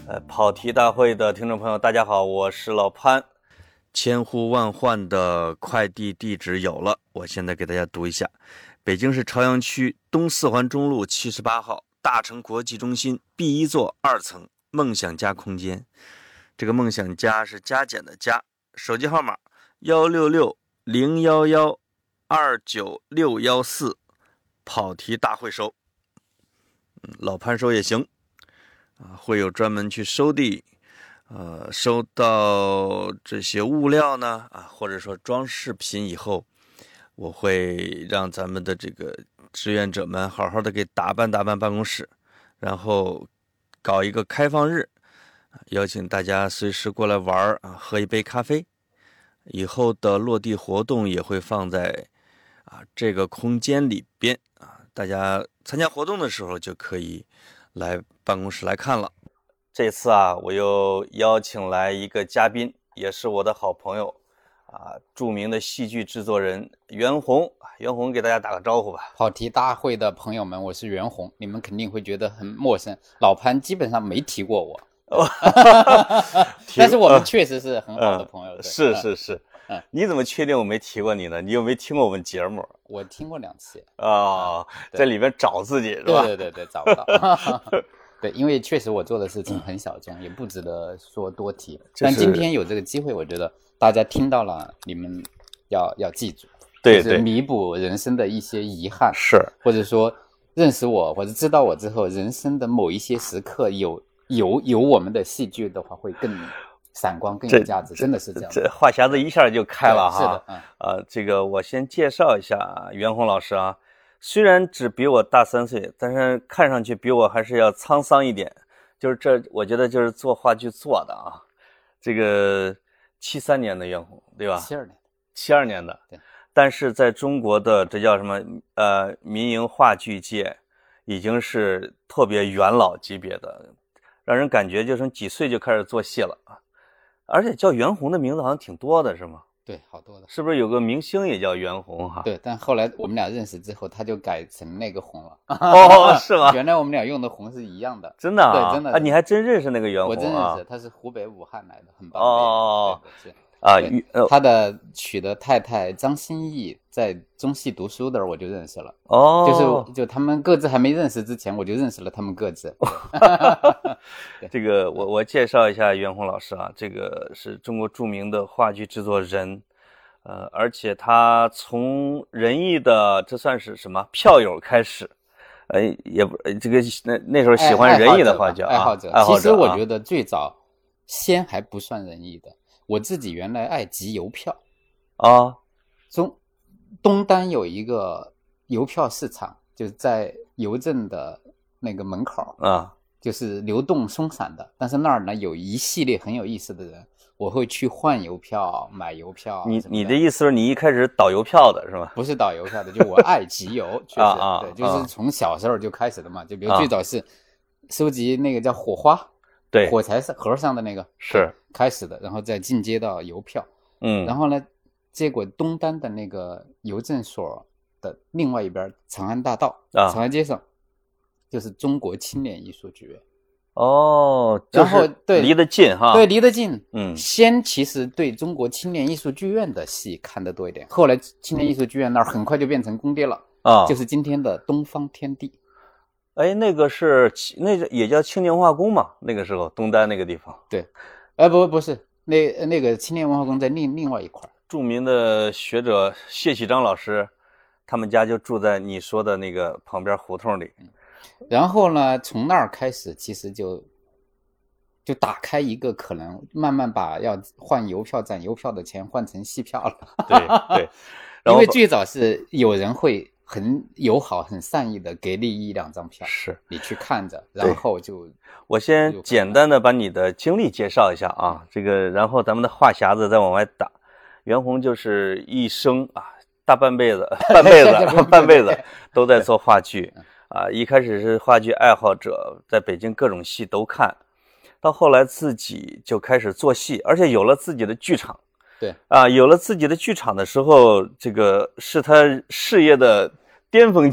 跑题大会的听众朋友，大家好，我是老潘。千呼万唤的快递地址有了，我现在给大家读一下：北京市朝阳区东四环中路78号大成国际中心 B1 座2层梦想家空间。这个梦想家是加减的加，手机号码166-011-29614，跑题大会收，老潘收也行。会有专门去收地，收到这些物料呢，或者说装饰品以后，我会让咱们的这个志愿者们好好的给打扮打扮办公室，然后搞一个开放日，邀请大家随时过来玩喝一杯咖啡。以后的落地活动也会放在这个空间里边大家参加活动的时候就可以来办公室来看了。这次我又邀请来一个嘉宾，也是我的好朋友著名的戏剧制作人袁弘。袁弘给大家打个招呼吧。 跑题大会的朋友们，我是袁弘，你们肯定会觉得很陌生，老潘基本上没提过我但是我们确实是很好的朋友。 是你怎么确定我没提过你呢？你有没有听过我们节目？ 我听过2次在里面找自己是吧？ 对，找不到对，因为确实我做的事情很小众，也不值得说多提，但今天有这个机会，我觉得大家听到了，你们要记住， 对， 就是弥补人生的一些遗憾， 是， 或者说认识我或者知道我之后，人生的某一些时刻有我们的戏剧的话，会更闪光，更有价值，真的是这样。 这话匣子一下就开了哈。 是的， 这个我先介绍一下袁弘老师虽然只比我大3岁，但是看上去比我还是要沧桑一点。就是这，我觉得就是做话剧做的这个73年的袁弘，对吧？72年的。 对。 但是在中国的这叫什么民营话剧界，已经是特别元老级别的，让人感觉就从几岁就开始做戏了而且叫袁弘的名字好像挺多的，是吗？ 对，好多的。 是不是有个明星也叫袁弘对，但后来我们俩认识之后，他就改成那个弘了。 是吗？ 原来我们俩用的弘是一样的。 真的对，真的你还真认识那个袁弘？ 我真认识，他是湖北武汉来的，很棒的他的娶的太太张歆艺在中戏读书的，我就认识了。就他们各自还没认识之前，我就认识了他们各自。 这个我介绍一下袁弘老师这个是中国著名的话剧制作人，而且他从仁义的这算是什么票友开始，也不这个那时候喜欢仁义的话剧爱好者。其实我觉得最早先还不算仁义的。我自己原来爱集邮票东单有一个邮票市场，就是在邮政的那个门口就是流动松散的，但是那儿呢有一系列很有意思的人，我会去换邮票、买邮票。 你的意思是你一开始导邮票的是吗？ 不是导邮票的，就我爱集邮确实对，就是从小时候就开始的嘛。就比如最早是收集那个叫火花， 对， 火柴盒上的那个是开始的，然后再进阶到邮票。然后呢，结果东单的那个邮政所的另外一边，长安大道长安街上，就是中国青年艺术剧院。然后对离得近对，离得近。先其实对中国青年艺术剧院的戏看得多一点，后来青年艺术剧院那儿很快就变成宫殿了就是今天的东方天地。 那个也叫青年文化宫嘛？那个时候东单那个地方。 对，不是，那个青年文化宫在另外一块。 著名的学者谢启章老师，他们家就住在你说的那个旁边胡同里。 然后呢，从那儿开始，其实就打开一个可能，慢慢把要换邮票、攒邮票的钱换成戏票了。 对， 因为最早是有人会很友好、很善意的给你1-2张票， 是你去看着，然后我先简单的把你的经历介绍一下这个，然后咱们的话匣子再往外打。袁弘就是一生大半辈子都在做话剧一开始是话剧爱好者，在北京各种戏都看，到后来自己就开始做戏，而且有了自己的剧场。 对有了自己的剧场的时候，这个是他事业的巅峰期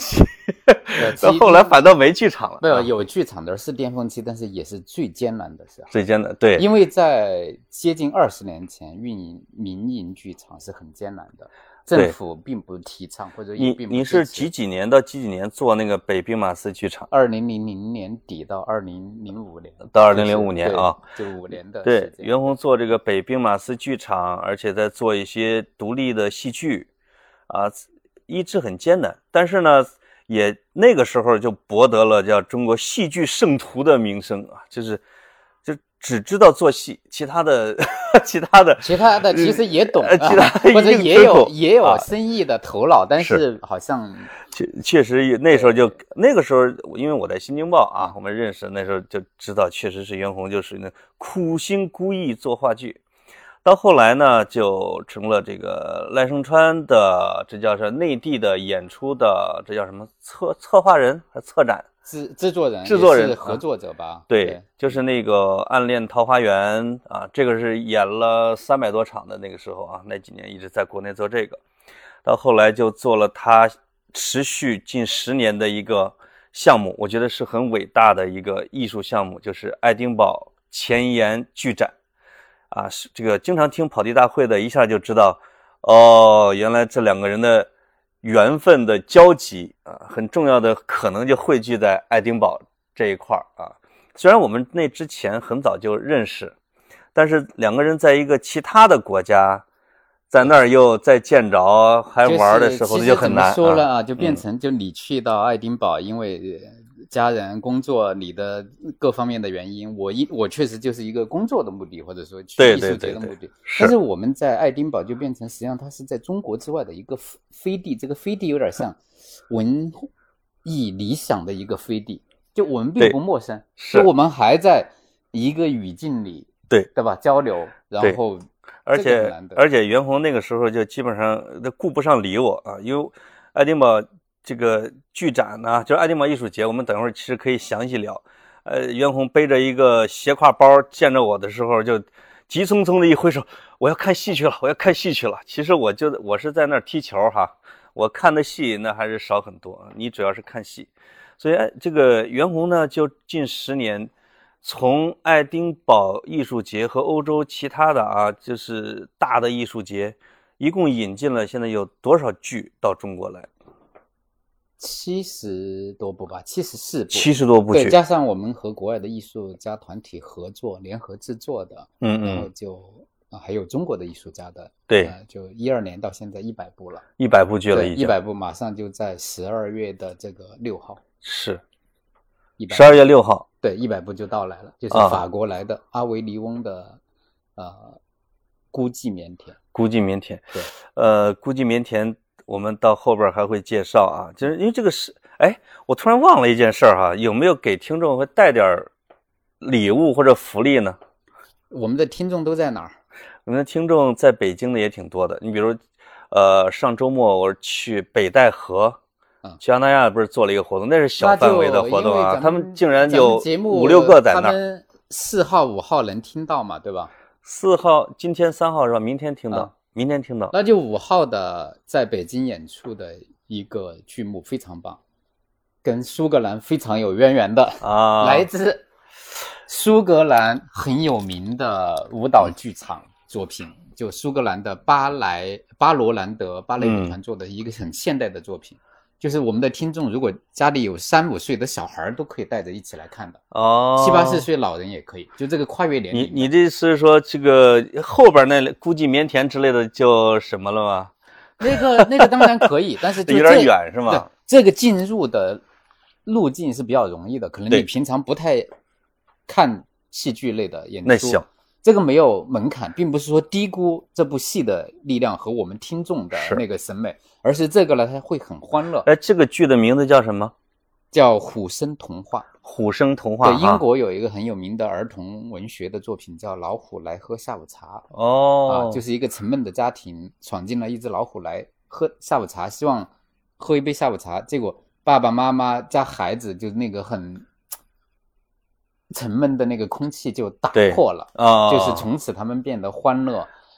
到后来反倒没剧场了。 没有，有剧场的是巅峰期，但是也是最艰难的时候。 最艰难，对， 因为在接近20年前，运营民营剧场是很艰难的，政府并不提倡或者也并不。 你是几年到几几年做那个北兵马司剧场 ？2000年底到2005年。 到2005年啊， 就5年的。 对，袁弘做这个北兵马司剧场，而且在做一些独立的戏剧啊，一直很艰难，但是呢也那个时候就博得了叫中国戏剧圣徒的名声啊，就只知道做戏，其他的其实也懂， 其他或者也有生意的头脑，但是好像确实那时候那个时候，因为我在新京报啊，我们认识，那时候就知道确实是袁弘就是那苦心孤诣做话剧。到后来呢，就成了这个赖声川的，这叫是内地的演出的，这叫什么策划人还策展制作人是合作者吧？ 对，就是那个《暗恋桃花源》啊，这个是演了300多场的那个时候啊，那几年一直在国内做这个，到后来就做了他持续近10年的一个项目，我觉得是很伟大的一个艺术项目，就是爱丁堡前沿剧展。啊，这个经常听跑题大会的，一下就知道，哦，原来这两个人的缘分的交集啊，很重要的可能就汇聚在爱丁堡这一块啊。虽然我们那之前很早就认识，但是两个人在一个其他的国家，在那儿又再见着还玩的时候就很难。 怎么说了啊？就变成就你去到爱丁堡，因为家人工作你的各方面的原因，我确实就是一个工作的目的，或者说去艺术节的目的。但是我们在爱丁堡就变成实际上它是在中国之外的一个飞地，这个飞地有点像文艺理想的一个飞地，就我们并不陌生，就我们还在一个语境里，对吧？交流，然后而且袁弘那个时候就基本上顾不上理我啊，因为爱丁堡这个剧展呢，就是爱丁堡艺术节，我们等会儿其实可以详细聊。袁弘背着一个斜挎包见着我的时候，就急匆匆的一挥手，我要看戏去了，我要看戏去了。其实我是在那儿踢球哈，我看的戏那还是少很多，你主要是看戏。所以这个袁弘呢，就近10年，从爱丁堡艺术节和欧洲其他的啊，就是大的艺术节，一共引进了现在有多少剧到中国来 ？70多部吧，74部 ，70多部剧， 对，加上我们和国外的艺术家团体合作联合制作的，然后就还有中国的艺术家的， 对， 就12年到现在100部了 ，100部剧了已经 ，100部马上就在12月的这个6号， 是12月6号， 对，100部就到来了，就是法国来的阿维尼翁的孤寂腼腆， 对，孤寂腼腆。我们到后边还会介绍啊，就是因为这个是，我突然忘了一件事哈，有没有给听众会带点礼物或者福利呢？ 我们的听众都在哪儿？ 我们的听众在北京的也挺多的。你比如，上周末我去北戴河，去安那亚不是做了一个活动，那是小范围的活动啊，他们竟然有5、6个在那儿。 他们4号、5号能听到嘛？对吧 ？4号，今天3号是吧？明天听到。明天听到， 那就5号的在北京演出的一个剧目非常棒，跟苏格兰非常有渊源的啊，来自苏格兰很有名的舞蹈剧场作品，就苏格兰的巴罗兰德芭蕾舞团做的一个很现代的作品。就是我们的听众如果家里有3、5岁的小孩都可以带着一起来看的哦，7、8、10岁老人也可以，就这个跨越年龄。 你这是说这个后边那估计腼腆之类的就什么了吗？ 那个当然可以，但是有点远是吗？ 这个进入的路径是比较容易的，可能你平常不太看戏剧类的演出。 那行。 这个没有门槛，并不是说低估这部戏的力量和我们听众的那个审美，而是这个呢，它会很欢乐。 这个剧的名字叫什么？ 叫《虎生童话》。 虎生童话。 对，英国有一个很有名的儿童文学的作品叫《老虎来喝下午茶》。就是一个沉闷的家庭闯进了一只老虎来喝下午茶，希望喝一杯下午茶，结果爸爸妈妈加孩子就那个很沉闷的那个空气就打破了，就是从此他们变得欢乐，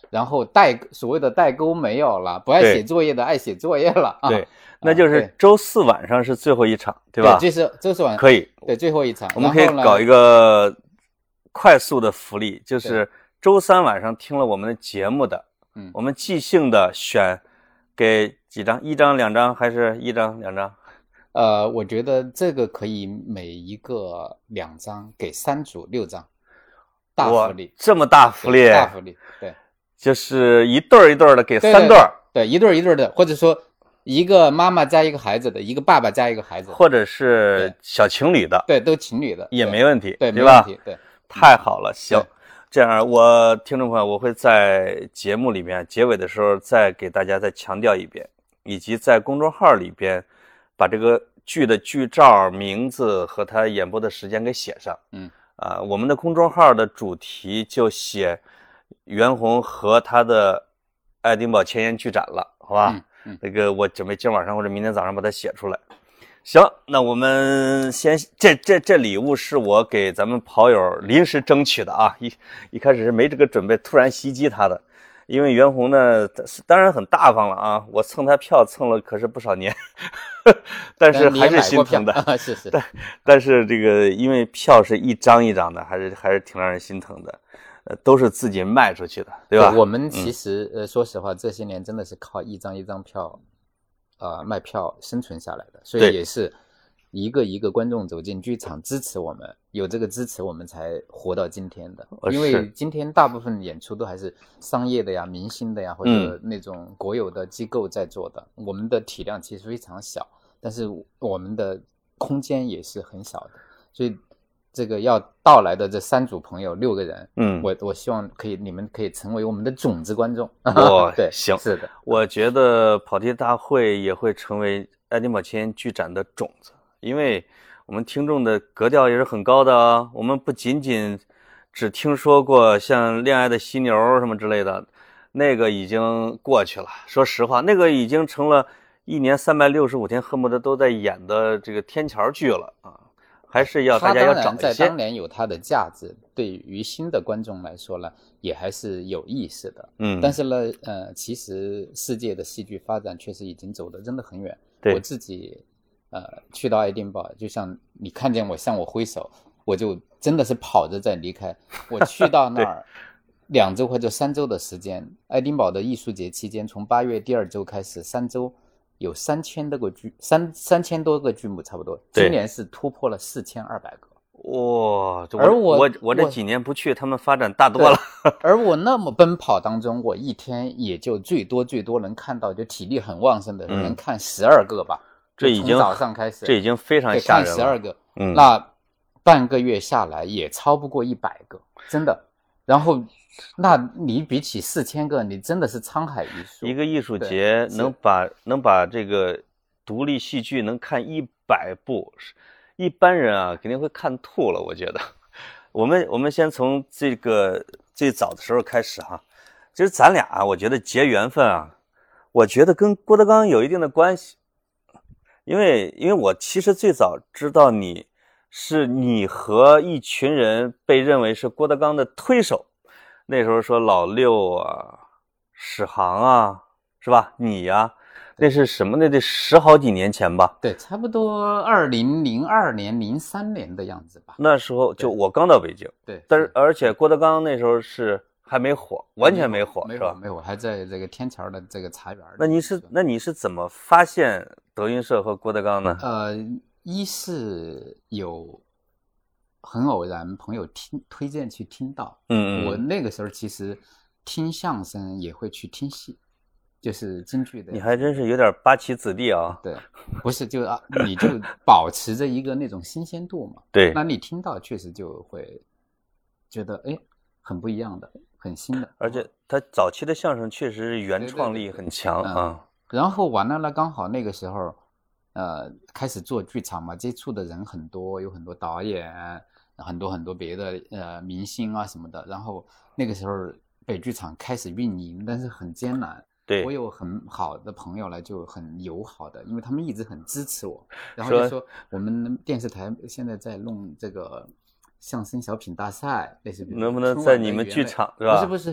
然后所谓的代沟没有了，不爱写作业的爱写作业了。 对，那就是周四晚上是最后一场，对吧？ 对，就是周四晚上可以， 对，最后一场。 我们可以搞一个快速的福利，就是周三晚上听了我们的节目的，我们即兴的选给几张，1张2张还是1张2张？ 我觉得这个可以每一个2张，给3组6张，大福利。 这么大福利？ 大福利，对， 就是一对一对的给3对， 对，一对一对的，或者说一个妈妈加一个孩子的，一个爸爸加一个孩子的， 或者是小情侣的， 对，都情侣的也没问题， 对， 对吧？ 对， 太好了，行。这样，听众朋友，我会在节目里面结尾的时候再给大家再强调一遍，以及在公众号里边把这个剧的剧照、名字和他演播的时间给写上。我们的公众号的主题就写袁弘和他的爱丁堡前沿剧展了，好吧？那个我准备今晚上或者明天早上把它写出来。行，那我们先这礼物是我给咱们跑友临时争取的啊，一开始是没这个准备，突然袭击他的。因为袁弘呢，当然很大方了啊，我蹭他票蹭了可是不少年，但是还是心疼的。 是， 但是这个因为票是一张一张的，还是挺让人心疼的。都是自己卖出去的，对吧？ 我们其实说实话，这些年真的是靠一张一张票卖票生存下来的，所以也是一个一个观众走进剧场支持我们，有这个支持我们才活到今天的。因为今天大部分演出都还是商业的呀、明星的呀，或者那种国有的机构在做的，我们的体量其实非常小，但是我们的空间也是很小的，所以这个要到来的这3组朋友6个人，我希望你们可以成为我们的种子观众。对， 行， 是的， 我觉得跑题大会也会成为爱丁堡前沿剧展的种子，因为我们听众的格调也是很高的啊。我们不仅仅只听说过像恋爱的犀牛什么之类的，那个已经过去了。说实话，那个已经成了1年365天恨不得都在演的这个天桥剧了啊。还是要大家要找一些， 在当年有它的价值，对于新的观众来说呢，也还是有意思的。但是呢，其实世界的戏剧发展确实已经走得真的很远。我自己去到爱丁堡，就像你看见我向我挥手，我就真的是跑着在离开。我去到那儿2周或者3周的时间，爱丁堡的艺术节期间，从8月第2周开始，3周。有3000多个剧目差不多，今年是突破了4200个。 哇！而我这几年不去，他们发展大多了。 而我那么奔跑当中，我一天也就最多能看到，就体力很旺盛的人能看12个吧。 这已经从早上开始， 这已经非常吓人了。 看12个，那半个月下来也超不过100个，真的。然后。那你比起4000个，你真的是沧海一粟。 一个艺术节能把这个独立戏剧能看100部，一般人啊肯定会看吐了。我觉得，我们先从这个最早的时候开始哈。其实咱俩我觉得结缘分啊，我觉得跟郭德纲有一定的关系，因为我其实最早知道你和一群人被认为是郭德纲的推手。那时候说老六啊，史航啊，是吧？你呀，那是什么？那得10好几年前吧？ 对，差不多2002年、03年的样子吧。 那时候就我刚到北京， 对， 但是而且郭德纲那时候是还没火，完全没火，是吧？ 没有，还在这个天桥的这个茶园。 那你是怎么发现德云社和郭德纲呢？ 一是有。很偶然，朋友推荐去听到。我那个时候其实听相声也会去听戏，就是京剧的。 你还真是有点八旗子弟啊。 对，不是你就保持着一个那种新鲜度嘛。 对， 那你听到确实就会觉得很不一样的，很新的。 而且他早期的相声确实是原创力很强啊。 然后完了呢，刚好那个时候。开始做剧场嘛，接触的人很多，有很多导演，很多别的明星啊什么的。然后那个时候北剧场开始运营，但是很艰难。 对， 我有很好的朋友来就很友好的，因为他们一直很支持我。然后就说我们电视台现在在弄这个相声小品大赛，类似能不能在你们剧场是吧？ 不是，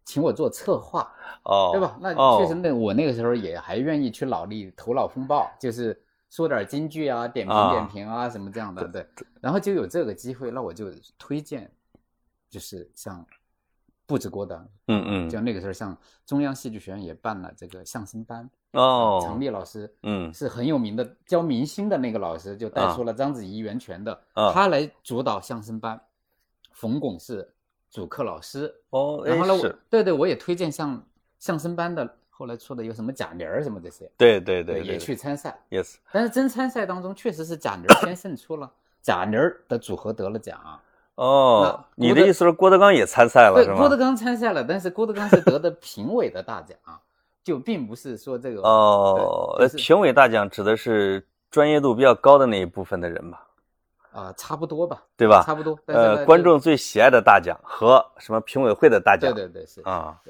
请我做策划，对吧？那确实我那个时候也还愿意去脑力头脑风暴，就是说点金句啊，点评啊什么这样的，对。然后就有这个机会，那我就推荐，就是像布置过的，就那个时候像中央戏剧学院也办了这个相声班，常丽老师，是很有名的教明星的那个老师，就带出了章子怡、袁泉的，他来主导相声班，冯巩是主课老师，然后呢，对，我也推荐像相声班的。后来出的有什么贾玲什么这些， 对， 也去参赛 ，yes。 但是真参赛当中，确实是贾玲先胜出了，贾玲的组合得了奖。 你的意思是郭德纲也参赛了是吗？ 对，郭德纲参赛了，但是郭德纲是得的评委的大奖，就并不是说这个评委大奖指的是专业度比较高的那一部分的人吧？ 差不多吧， 对吧？ 差不多。 观众最喜爱的大奖和什么评委会的大奖？ 对，是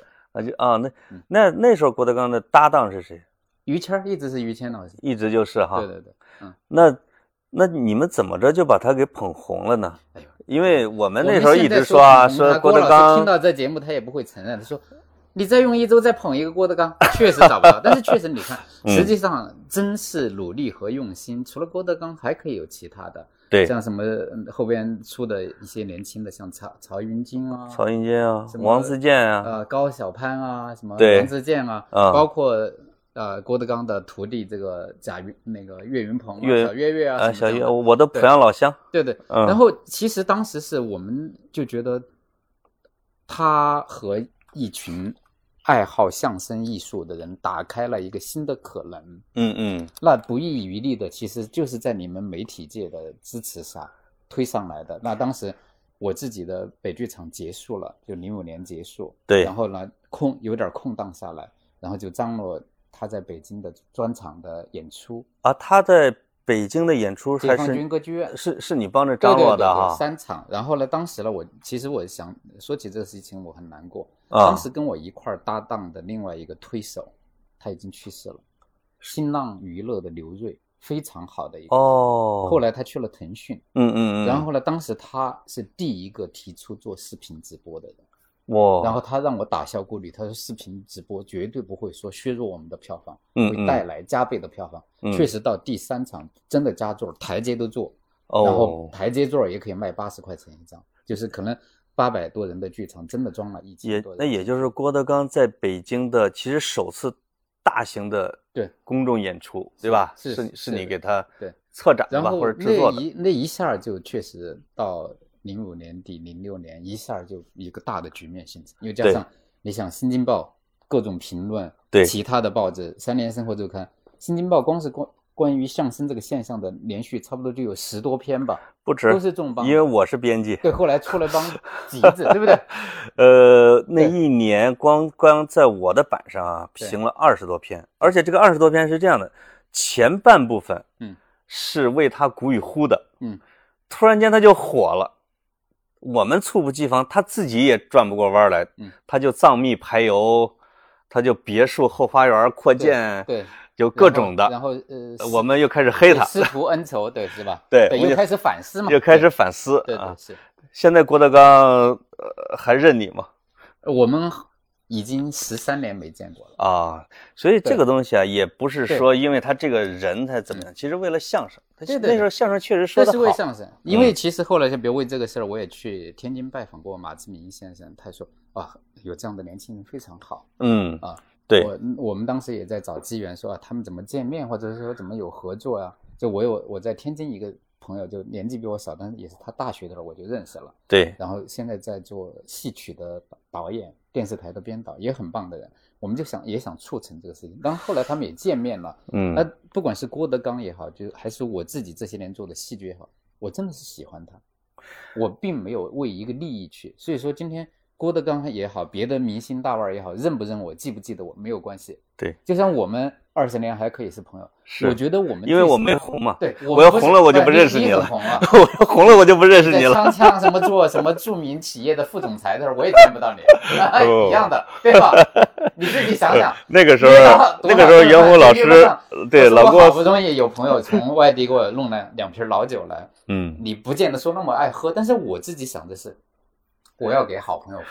那时候郭德纲的搭档是谁？ 于谦，一直是于谦老师， 一直就是哈。 对， 那你们怎么着就把他给捧红了呢？ 哎呦， 因为我们那时候一直说说郭德纲， 听到这节目他也不会承认，他说你再用一周再捧一个郭德纲，确实找不到。但是确实你看，实际上真是努力和用心，除了郭德纲还可以有其他的。 对， 像什么后边出的一些年轻的，像曹云金啊， 王自健啊， 高晓攀啊，什么王自健啊，包括郭德纲的徒弟这个岳云鹏、小岳啊， 小岳，我的濮阳老乡， 对，然后其实当时是我们就觉得他和一群爱好相声艺术的人打开了一个新的可能。那不遗余力的其实就是在你们媒体界的支持下推上来的。那当时我自己的北剧场结束了，就05年结束， 对， 然后呢有点空档下来，然后就张罗他在北京的专场的演出。 他在北京的演出还是解放军歌剧院， 是你帮着张罗的哈。 对，3场。然后呢，当时呢，我想说起这个事情，我很难过。当时跟我一块搭档的另外一个推手，他已经去世了，新浪娱乐的刘瑞，非常好的一个。后来他去了腾讯。然后呢，当时他是第一个提出做视频直播的人。然后他让我打消顾虑，他说视频直播绝对不会说削弱我们的票房，会带来加倍的票房。确实到第3场真的加座，台阶都坐，然后台阶座也可以卖80块钱一张，就是可能800多人的剧场真的装了1000多人。 那也就是郭德纲在北京的其实首次大型的公众演出，对吧？是你给他策展的吧，或者制作的。 那一下就确实到05年底06年一下就一个大的局面形成，因为加上你想《新京报》各种评论，其他的报纸3联生活周刊，《新京报》光是关于相声这个现象的连续差不多就有10多篇吧， 不止， 都是重磅。 因为我是编辑。 对，后来出了帮集子，对不对？ 那一年光在我的版上评了20多篇，而且这个20多篇是这样的，前半部分是为他鼓与呼的，突然间他就火了。我们猝不及防，他自己也转不过弯来，他就藏秘排油，他就别墅后花园扩建， 对， 有各种的。 然后我们又开始黑他， 师徒恩仇，对，是吧？ 对， 又开始反思嘛， 又开始反思。 对，是。 现在郭德纲还认你吗？ 我们已经13年没见过了所以这个东西也不是说因为他这个人他怎么样，其实为了相声。那时候相声确实说得好。 这是为相声，因为其实后来就比如为这个事儿，我也去天津拜访过马志明先生，他说有这样的年轻人非常好。对，我们当时也在找机缘说他们怎么见面，或者说怎么有合作啊？就我在天津一个朋友，就年纪比我小，但是也是他大学的时候我就认识了。 对， 然后现在在做戏曲的导演，电视台的编导，也很棒的人。我们就也想促成这个事情。但后来他们也见面了。不管是郭德纲也好，就还是我自己这些年做的戏剧也好，我真的是喜欢他，我并没有为一个利益去。所以说今天郭德纲也好，别的明星大腕也好，认不认我，记不记得我没有关系。 对， 就像我们20年还可以是朋友。 是， 我觉得我们因为我没红嘛。 对， 我要红了我就不认识你了。 红了， 我要红了我就不认识你了。 在锵锵什么做什么著名企业的副总裁的时候，我也见不到你，一样的，对吧？你自己想想， 那个时候袁弘老师对老郭好不容易有朋友从外地给我弄了2瓶老酒来，你不见得说那么爱喝，但是我自己想的是，我要给好朋友分享。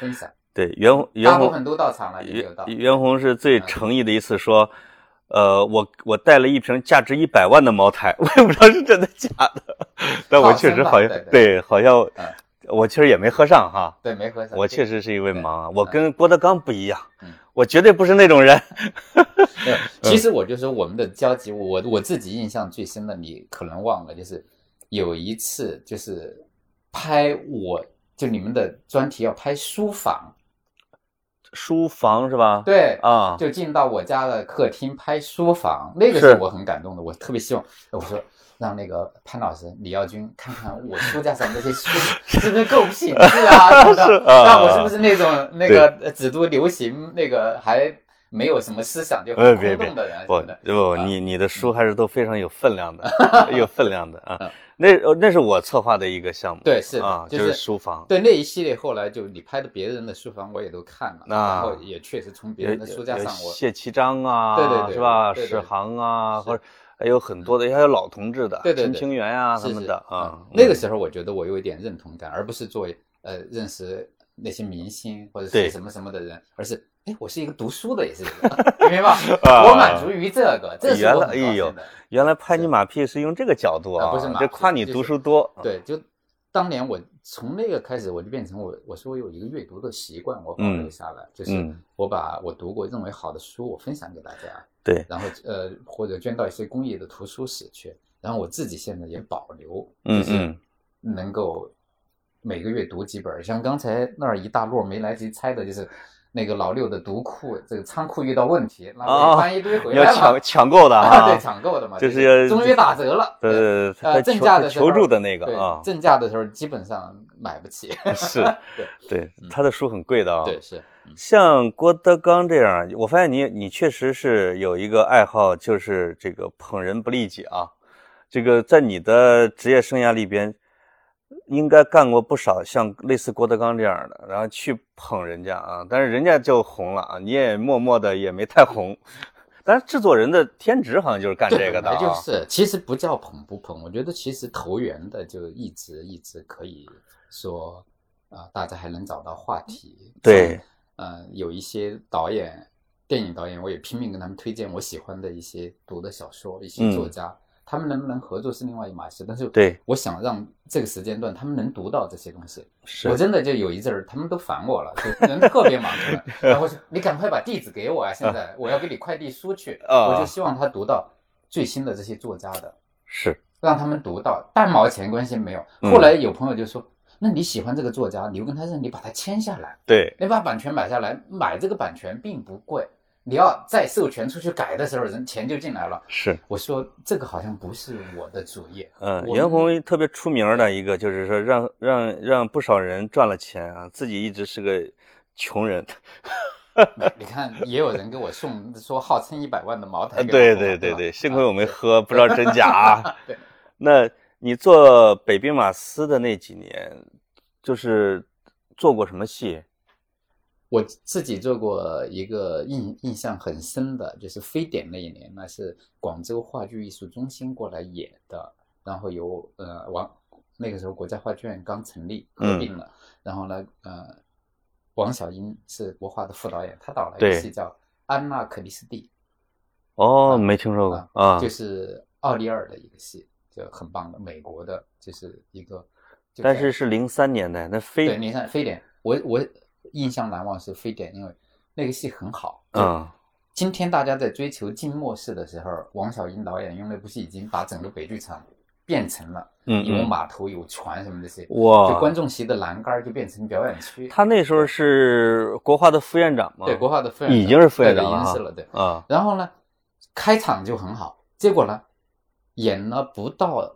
对，袁弘大部分都到场了，你没有到。 袁弘是最诚意的一次说，我带了一瓶价值100万的茅台，我也不知道是真的假的，但我确实好像对，好像我确实也没喝上哈。 对，没喝上。 我确实是一位盲啊，我跟郭德纲不一样，我绝对不是那种人。 其实我就说我们的交集，我自己印象最深的，你可能忘了，就是有一次就是就你们的专题要拍书房。 书房是吧？ 对啊， 就进到我家的客厅拍书房，那个是我很感动的。我特别希望，我说让那个潘老师李耀军看看我书架上这些书是不是够品质啊？那我是不是那种那个只读流行那个还没有什么思想就很空洞的人什么的？ 不，你的书还是都非常有分量的，有分量的啊。那是我策划的一个项目， 对，是啊，就是书房。 对，那一系列后来就你拍的别人的书房我也都看了，然后也确实从别人的书架上谢其章啊， 对， 是吧？史航啊，或者还有很多的，还有老同志的，陈清源啊他们的啊。 那个时候我觉得我有一点认同感，而不是作为认识那些明星或者是什么什么的人，而是我是一个读书的也是人，明白吧？我满足于这个，这是我很高兴的。 原来拍你马屁是用这个角度啊， 不是马屁， 这夸你读书多。 对，就当年我从那个开始，我就变成我说我有一个阅读的习惯，我保留下来，就是我把我读过认为好的书，我分享给大家。 对， 然后或者捐到一些公益的图书室去，然后我自己现在也保留，就是能够每个月读几本。像刚才那儿一大摞没来及猜的，就是那个老六的读库，这个仓库遇到问题，那我翻一堆回来了， 要抢购的啊，对，抢购的嘛， 就是终于打折了，正价的时候求助的那个啊， 正价的时候基本上买不起， 是，对，他的书很贵的啊， 对，是。 像郭德纲这样，我发现你确实是有一个爱好，就是这个捧人不利己啊。这个在你的职业生涯里边，应该干过不少像类似郭德纲这样的，然后去捧人家啊，但是人家就红了啊，你也默默的也没太红。但是制作人的天职好像就是干这个的啊。 就是，其实不叫捧不捧，我觉得其实投缘的就一直可以说大家还能找到话题。 对。 有一些电影导演，我也拼命跟他们推荐我喜欢的一些读的小说，一些作家，他们能不能合作是另外一码事。但是， 对， 我想让这个时间段他们能读到这些东西。 是， 我真的就有一阵儿，他们都烦我了，就人特别忙出来，然后说你赶快把地址给我啊！现在我要给你快递书去，我就希望他读到最新的这些作家的， 是让他们读到半毛钱关系没有。后来有朋友就说。那你喜欢这个作家，你就跟他认，你把它签下来， 对， 你把版权买下来，买这个版权并不贵，你要再授权出去改的时候，人钱就进来了。 是， 我说这个好像不是我的主业。 袁弘特别出名的一个就是说让不少人赚了钱啊，自己一直是个穷人。 你看，也有人给我送说号称100万的茅台。 对，幸亏我没喝，不知道真假啊。对，那。你做北兵马司的那几年，就是做过什么戏？ 我自己做过一个印象很深的，就是非典那一年，那是广州话剧艺术中心过来演的，然后由那个时候国家话剧院刚成立合并了，然后呢王小英是国画的副导演，他导了一个戏叫《安娜克里斯蒂》。 哦，没听说过啊， 就是奥利尔的一个戏。就很棒的，美国的，就是一个， 但是是03年的那对03非典，我印象难忘是非典，因为那个戏很好。今天大家在追求静默式的时候，王小英导演用那部戏已经把整个北剧场变成了有码头、有船什么这些， 哇！ 就观众席的栏杆就变成表演区。 他那时候是国画的副院长吗？ 对，国画的副院长已经是副院长了，已经是了，对啊。然后呢，开场就很好，结果呢？演了不到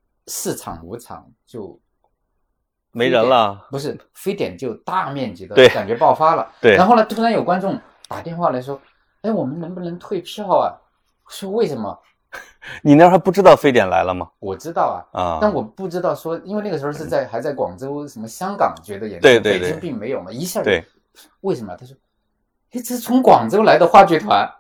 4场5场就没人了， 不是非典就大面积的感觉爆发了。 对， 然后呢，突然有观众打电话来说：“哎，我们能不能退票啊？”说为什么？ 你那还不知道非典来了吗？ 我知道啊，但我不知道说，因为那个时候是还在广州什么香港觉得演出，北京并没有嘛，一下对， 为什么？他说：“哎，这是从广州来的话剧团。”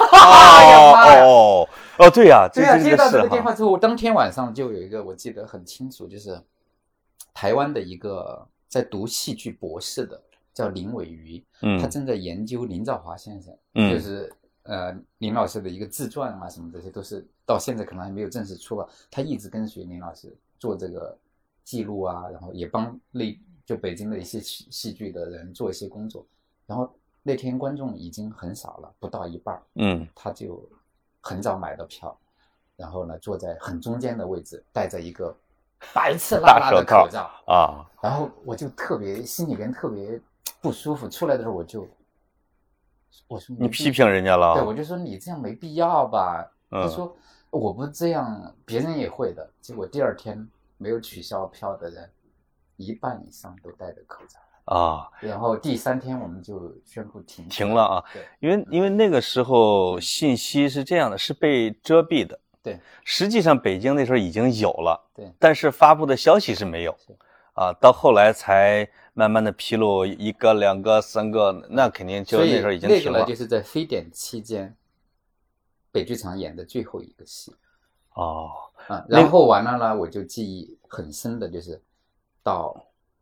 对呀， 接到这个电话之后，当天晚上就有一个我记得很清楚，就是台湾的一个在读戏剧博士的， 叫林伟瑜，他正在研究林兆华先生，就是林老师的一个自传啊，什么这些都是到现在可能还没有正式出版。他一直跟随林老师做这个记录啊，然后也帮就北京的一些戏剧的人做一些工作。然后那天观众已经很少了，不到一半，他就很早买的票，然后呢坐在很中间的位置，戴着一个白刺辣辣的口罩啊， 然后我就心里边特别不舒服。出来的时候我说你批评人家了？ 对，我就说你这样没必要吧。他说我不这样，别人也会的。结果第二天没有取消票的人一半以上都戴着口罩啊。 然后第3天我们就宣布停了啊。因为那个时候信息是这样的，是被遮蔽的。 对， 实际上北京那时候已经有了， 对， 但是发布的消息是没有啊，到后来才慢慢的披露1个、2个、3个，那肯定就那时候已经停了。 所以那个呢，就是在非典期间，北剧场演的最后一个戏。然后完了呢，我就记忆很深的就是到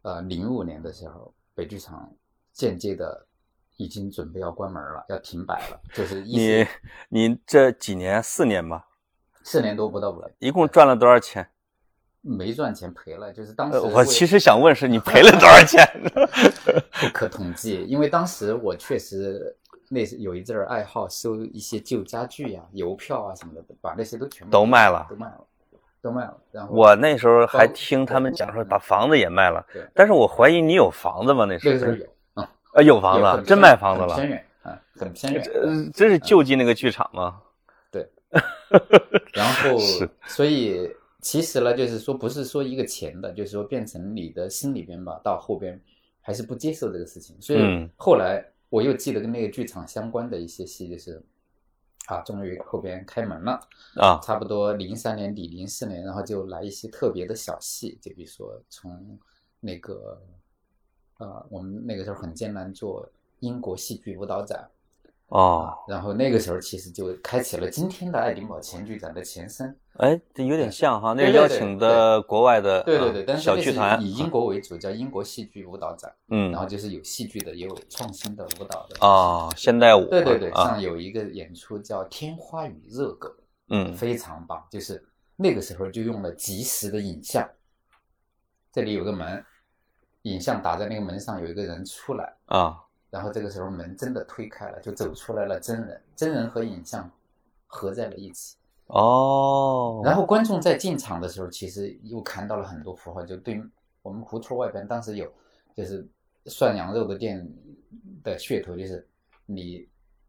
05年的时候，北剧场间接的已经准备要关门了，要停摆了。就是你这几年4年吧 ？4年多不到5年。 一共赚了多少钱？ 没赚钱，赔了。就是当时我其实想问是你赔了多少钱？ 不可统计，因为当时我确实有一阵爱好收一些旧家具啊、邮票啊什么的，把那些都全部都卖了。 然后我那时候还听他们讲说把房子也卖了，但是我怀疑你有房子吗？那时候有， 有房子，真卖房子了， 很偏远很偏远。 这是就近那个剧场吗？ 对。然后所以其实呢，就是说不是说一个钱的，就是说变成你的心里边吧，到后边还是不接受这个事情。所以后来我又记得跟那个剧场相关的一些戏，就是终于后边开门了差不多03年底04年，然后就来一些特别的小戏，就比如说从那个我们那个时候很艰难做英国戏剧舞蹈展然后那个时候其实就开启了今天的爱丁堡前剧展的前身。 这有点像哈，那个邀请的国外的对，但是小剧团以英国为主，叫英国戏剧舞蹈展。然后就是有戏剧的，也有创新的舞蹈的现代舞。 对，上有一个演出叫《天花与热狗》，非常棒。就是那个时候就用了即时的影像，这里有个门，影像打在那个门上，有一个人出来然后这个时候门真的推开了，就走出来了真人和影像合在了一起。然后观众在进场的时候，其实又看到了很多符号，就对我们胡同外边当时有就是涮羊肉的店的噱头，就是你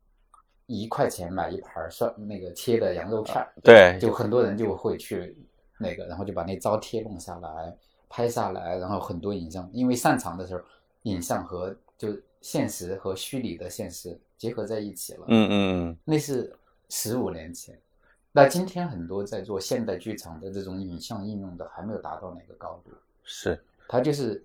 1块钱买一盘那个切的羊肉片， 对， 就很多人就会去那个，然后就把那招贴弄下来拍下来，然后很多影像，因为散场的时候影像和就现实和虚拟的现实结合在一起了。那是15年前。那今天很多在做现代剧场的这种影像应用的还没有达到那个高度。 是， 它就是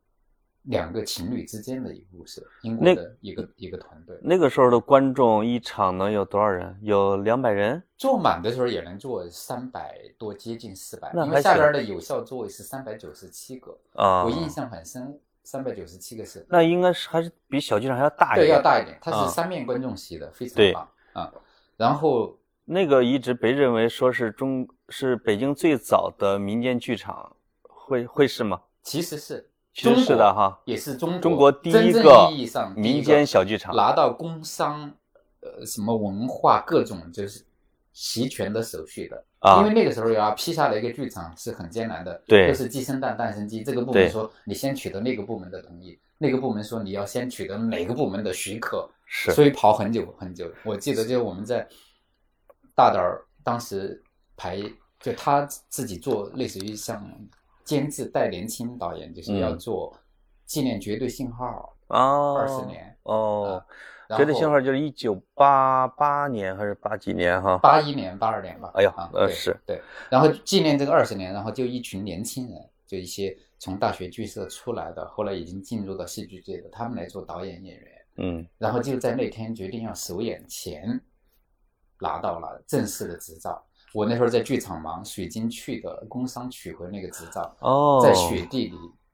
2个情侣之间的一个故事，英国的一个团队。 那个时候的观众一场能有多少人？有200人？坐满的时候也能坐300多，接近400。因为下边的有效座位是397个我印象很深，397个是。 那应该是还是比小剧场还要大一点。 对，要大一点。它是3面观众席的，非常棒然后那个一直被认为说是北京最早的民间剧场，会是吗？ 其实是的哈， 也是中国第一个意义上民间小剧场， 拿到工商什么文化各种就是齐全的手续的因为那个时候要批下来一个剧场是很艰难的， 对， 就是鸡生蛋蛋生鸡，这个部门说你先取得那个部门的同意，那个部门说你要先取得哪个部门的许可，所以跑很久很久。我记得就我们在大导当时就他自己做类似于像监制戴连青导演，就是要做纪念绝对信号20年绝对信号就是1988年还是8几年哈 ？81年82年吧。 哎呦是对。然后纪念这个20年，然后就一群年轻人，就一些从大学剧社出来的，后来已经进入到戏剧界的，他们来做导演演员。然后就在那天决定要首演前拿到了正式的执照。我那时候在剧场忙，水晶去的工商取回那个执照在雪地里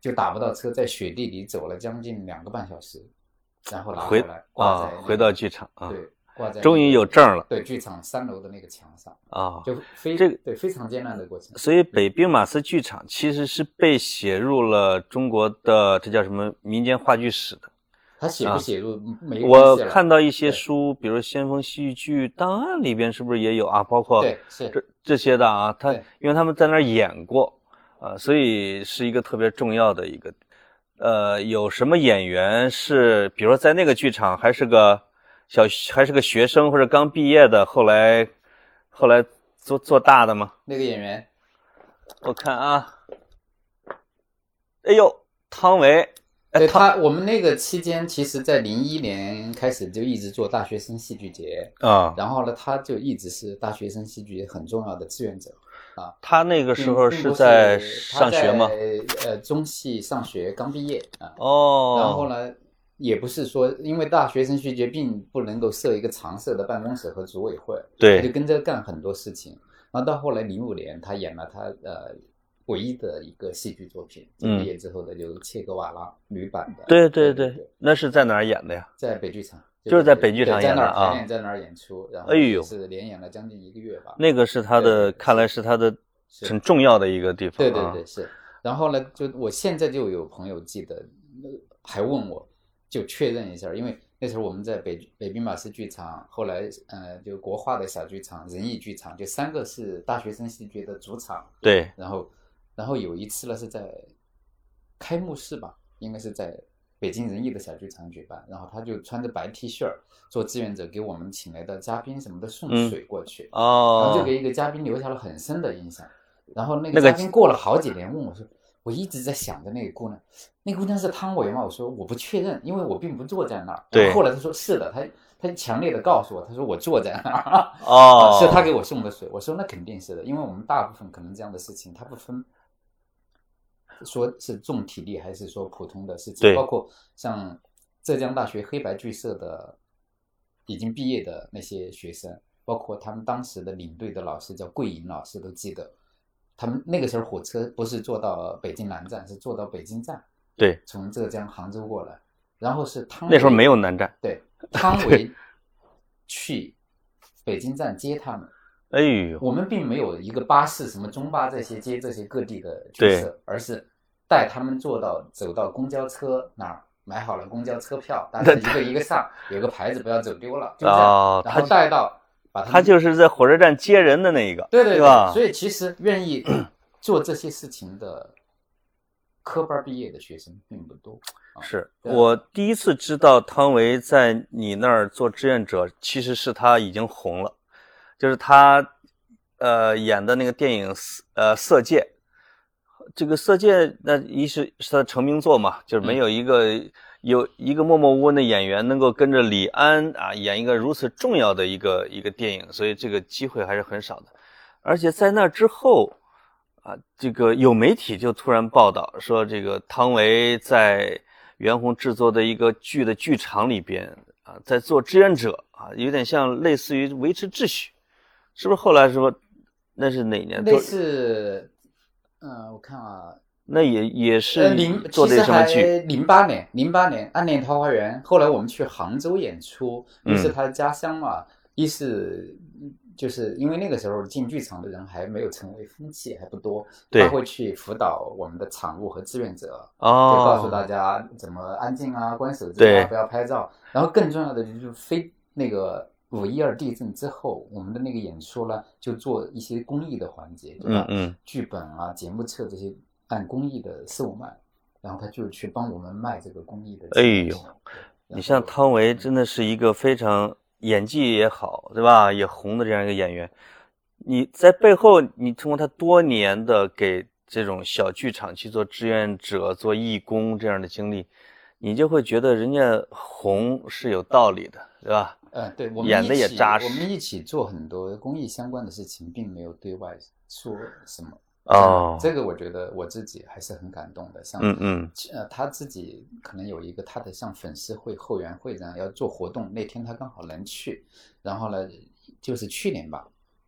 就打不到车，在雪地里走了将近2个半小时，然后拿回来挂在回到剧场啊， 对，挂在终于有证了， 对，剧场3楼的那个墙上啊， 就非常艰难的过程。 所以北兵马司剧场其实是被写入了中国的这叫什么民间话剧史的。 他写不写入没关我系了。 看到一些书，比如《先锋戏剧档案》里边是不是也有啊？包括对是这些的啊，因为他们在那儿演过啊，所以是一个特别重要的一个。有什么演员是，比如说在那个剧场还是个学生或者刚毕业的，后来做大的吗？ 那个演员， 我看啊，哎呦，汤唯。 对我们那个期间，其实在01年开始就一直做大学生戏剧节啊，然后呢，他就一直是大学生戏剧节很重要的志愿者啊。 他那个时候是在上学吗？ 中戏上学刚毕业啊。 哦。 然后呢，也不是说因为大学生戏剧节并不能够设一个常设的办公室和组委会， 对， 他就跟着干很多事情。然后到后来05年，他演了他唯一的一个戏剧作品，毕业之后的就是切格瓦拉女版的。 对，那是在哪儿演的呀？ 在北剧场， 就是在北剧场演的啊。 在那儿排练，在那儿演出，然后也是连演了将近1个月吧。 那个是他的，看来是他的很重要的一个地方。 对是。然后呢，就我现在就有朋友记得，还问我，就确认一下，因为那时候我们在北兵马司剧场，后来就国画的小剧场、仁义剧场，就3个是大学生戏剧的主场。 对。 然后有一次呢是在开幕式吧，应该是在北京仁义的小剧场举办，然后他就穿着白 T 恤做志愿者，给我们请来的嘉宾什么的送水过去，然后就给一个嘉宾留下了很深的印象。然后那个嘉宾过了好几年问我说，我一直在想着那个姑娘，那个姑娘是汤唯吗？我说我不确认，因为我并不坐在那儿。 对。 后来他说是的，他强烈的告诉我，他说我坐在那儿。是他给我送的水。我说那肯定是的，因为我们大部分可能这样的事情他不分说是重体力还是说普通的事情，包括像浙江大学黑白剧社的已经毕业的那些学生，包括他们当时的领队的老师叫桂莹老师，都记得他们那个时候火车不是坐到北京南站，是坐到北京站， 对， 从浙江杭州过来，然后是汤唯， 那时候没有南站， 对，汤唯去北京站接他们。 哎呦， 我们并没有一个巴士什么中巴这些接这些各地的角色，而是带他们走到公交车那儿，买好了公交车票，大家一个一个上，有个牌子不要走丢了，就这样，然后带到他就是在火车站接人的那一个， 对吧？ 所以其实愿意做这些事情的科班毕业的学生并不多。 是我第一次知道汤唯在你那儿做志愿者，其实是他已经红了。就是他演的那个电影色戒，这个色戒那一是他的成名作嘛，就是没有一个默默无闻的演员能够跟着李安啊演一个如此重要的一个电影，所以这个机会还是很少的。而且在那之后啊，这个有媒体就突然报道说，这个汤唯在袁弘制作的一个剧的剧场里边啊，在做志愿者啊，有点像类似于维持秩序。是不是后来说那是哪年？ 类似，我看啊， 那也是做的什么剧 ？08年《暗恋桃花源》，后来我们去杭州演出，因是他的家乡嘛，一是就是因为那个时候进剧场的人还没有成为风气，还不多，他会去辅导我们的场务和志愿者，就告诉大家怎么安静啊，关手机啊，不要拍照。然后更重要的就是非那个5.12地震之后，我们的那个演出呢，就做一些公益的环节，对吧？剧本啊、节目册这些按公益的4-5万，然后他就去帮我们卖这个公益的。 哎呦，你像汤唯真的是一个非常演技也好，对吧？也红的这样一个演员。你在背后，你通过他多年的给这种小剧场去做志愿者、做义工这样的经历，你就会觉得人家红是有道理的，对吧？ 对，我们演的也扎实。 我们一起做很多公益相关的事情，并没有对外说什么。这个我觉得我自己还是很感动的。像他自己可能有一个他的像粉丝会、后援会这样要做活动，那天他刚好能去，然后呢，就是去年吧，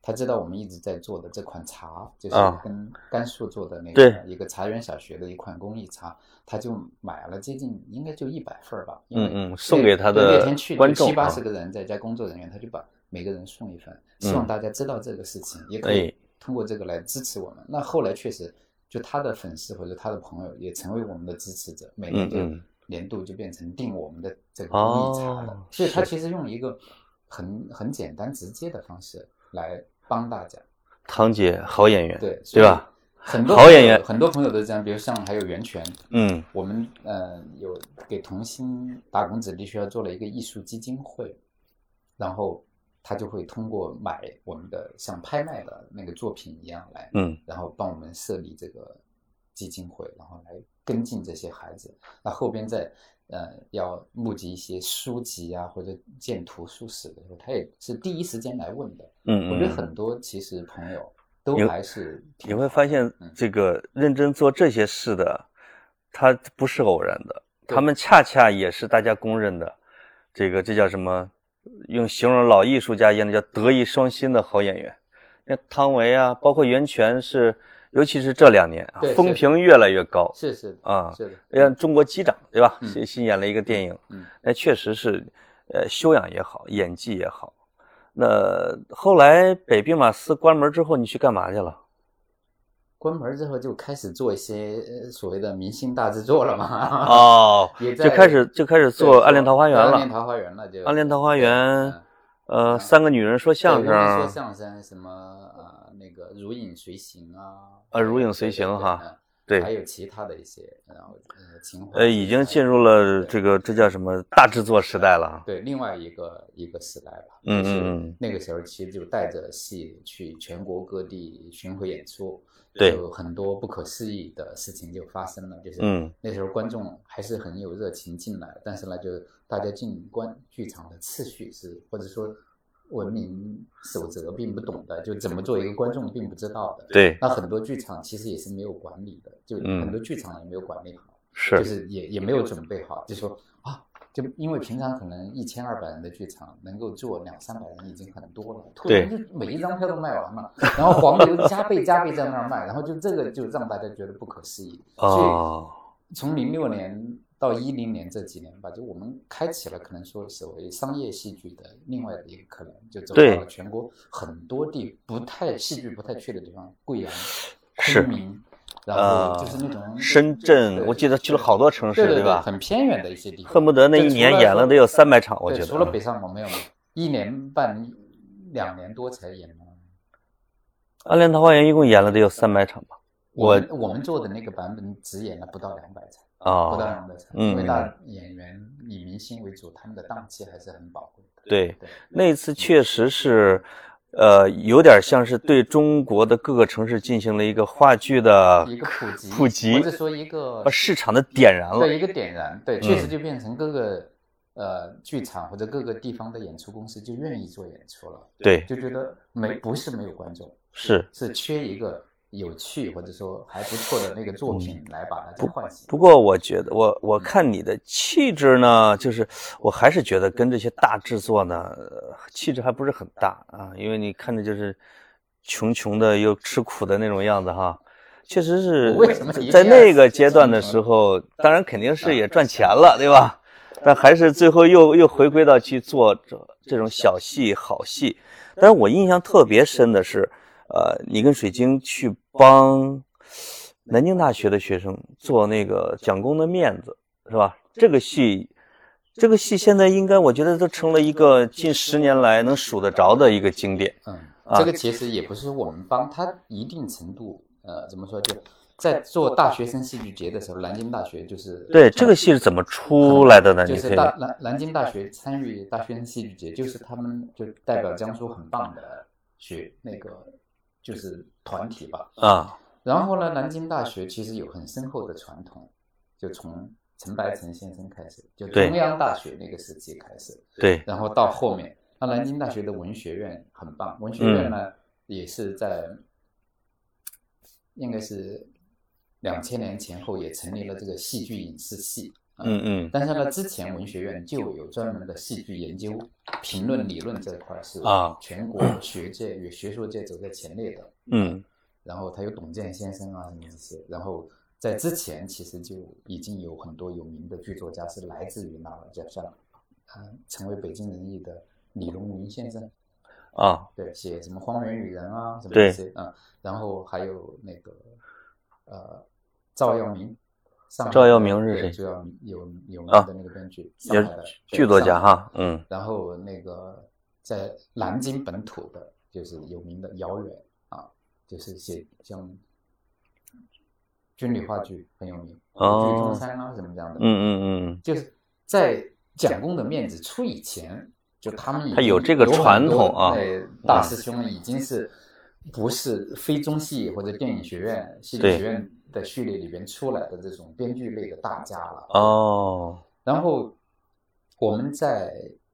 他知道我们一直在做的这款茶，就是跟甘肃做的那个一个茶园小学的一款工艺茶，他就买了接近应该就100份吧， 送给他的那天去观众 70-80个人，再加工作人员，他就把每个人送一份，希望大家知道这个事情，也可以通过这个来支持我们。那后来确实，就他的粉丝或者他的朋友也成为我们的支持者，每年就年度就变成订我们的这个工艺茶了。所以他其实用一个很简单直接的方式来帮大家。 堂姐好演员， 对吧？ 好演员，很多朋友都这样，比如像还有袁泉，我们有给同心打工子弟学校做了一个艺术基金会，然后他就会通过买我们的像拍卖的那个作品一样来，然后帮我们设立这个基金会，然后来跟进这些孩子。那后边再要募集一些书籍啊，或者建图书史的时候，他也是第一时间来问的。我觉得很多其实朋友都还是你会发现，这个认真做这些事的，他不是偶然的，他们恰恰也是大家公认的，这叫什么？用形容老艺术家一样的叫德艺双馨的好演员。那汤唯啊，包括袁泉是，尤其是这2年风评越来越高。 是的啊， 是的。 像中国机长对吧？新演了一个电影，那确实是，修养也好，演技也好。那后来北兵马司关门之后，你去干嘛去了？ 关门之后就开始做一些所谓的明星大制作了嘛。 就开始做《暗恋桃花源》了。 暗恋桃花源了就。 暗恋桃花源，3个女人说相声。 说相声什么那个如影随形啊。 如影随形哈。对， 还有其他的一些，然后情怀。 已经进入了这叫什么大制作时代了。 对，另外一个时代吧。就是那个时候其实就带着戏去全国各地巡回演出。 对， 有很多不可思议的事情就发生了，就是那时候观众还是很有热情进来，但是呢，就大家进剧场的次序是，或者说文明守则并不懂的，就怎么做一个观众并不知道的。 对， 那很多剧场其实也是没有管理的，就很多剧场也没有管理好， 是， 就是也没有准备好，就说就因为平常可能1200人的剧场能够坐200-300人已经很多了，突然就每一张票都卖完了，然后黄牛加倍在那儿卖，然后就这个就让大家觉得不可思议。所以从06年到10年这几年吧，就我们开启了可能说所谓商业戏剧的另外的一个可能，就走到了全国很多戏剧不太去的地方，贵阳、昆明。然后就是那种深圳，我记得去了好多城市， 对吧？ 很偏远的一些地方， 恨不得那一年演了得有300场，我觉得。 除了北上广没有，1年半、2年多才演了。 暗恋桃花源一共演了得有300场吧？ 我们做的那个版本只演了不到200场，不到200场，因为大演员以明星为主，他们的档期还是很宝贵的。 对，那次确实是。有点像是对中国的各个城市进行了一个话剧的一个普及，或者说一个把市场的点燃了。 对，一个点燃，对，确实就变成各个剧场或者各个地方的演出公司就愿意做演出了。 对， 就觉得不是没有观众，是缺一个有趣或者说还不错的那个作品来把它唤醒。 不过我觉得我看你的气质呢，就是我还是觉得跟这些大制作呢气质还不是很大啊，因为你看着就是穷的又吃苦的那种样子哈。确实是在那个阶段的时候，当然肯定是也赚钱了，对吧？但还是最后又回归到去做这种小戏好戏。但是我印象特别深的是你跟水晶去帮南京大学的学生做那个蒋公的面子，是吧？这个戏现在应该我觉得都成了一个近10年来能数得着的一个经典。 这个其实也不是我们帮他一定程度怎么说，就在做大学生戏剧节的时候，南京大学就是对这个戏是怎么出来的呢？ 就是南京大学参与大学生戏剧节，就是他们就代表江苏很棒的那个就是团体吧然后呢，南京大学其实有很深厚的传统，就从陈白岑先生开始，就中央大学那个时期开始， 对， 然后到后面，那南京大学的文学院很棒，文学院呢也是在应该是2000年前后也成立了这个戏剧影视系但是呢，之前文学院就有专门的戏剧研究、评论理论这一块是全国学界与学术界走在前列的。然后他有董健先生啊什么这些，然后在之前其实就已经有很多有名的剧作家是来自于那儿，就像成为北京人艺的李龙云先生对，写什么《荒原与人》啊什么这些然后还有那个赵耀明。 赵耀明是谁？ 主要有名的那个编剧，上海的剧作家哈。 然后那个在南京本土的，就是有名的姚远就是写像军旅话剧很有名，剧中山啊什么这样的。就是在蒋公的面子出以前，就他有这个传统大师兄已经是不是非中戏或者电影学院、戏剧学院的序列里边出来的这种编剧类的大家了。然后我们在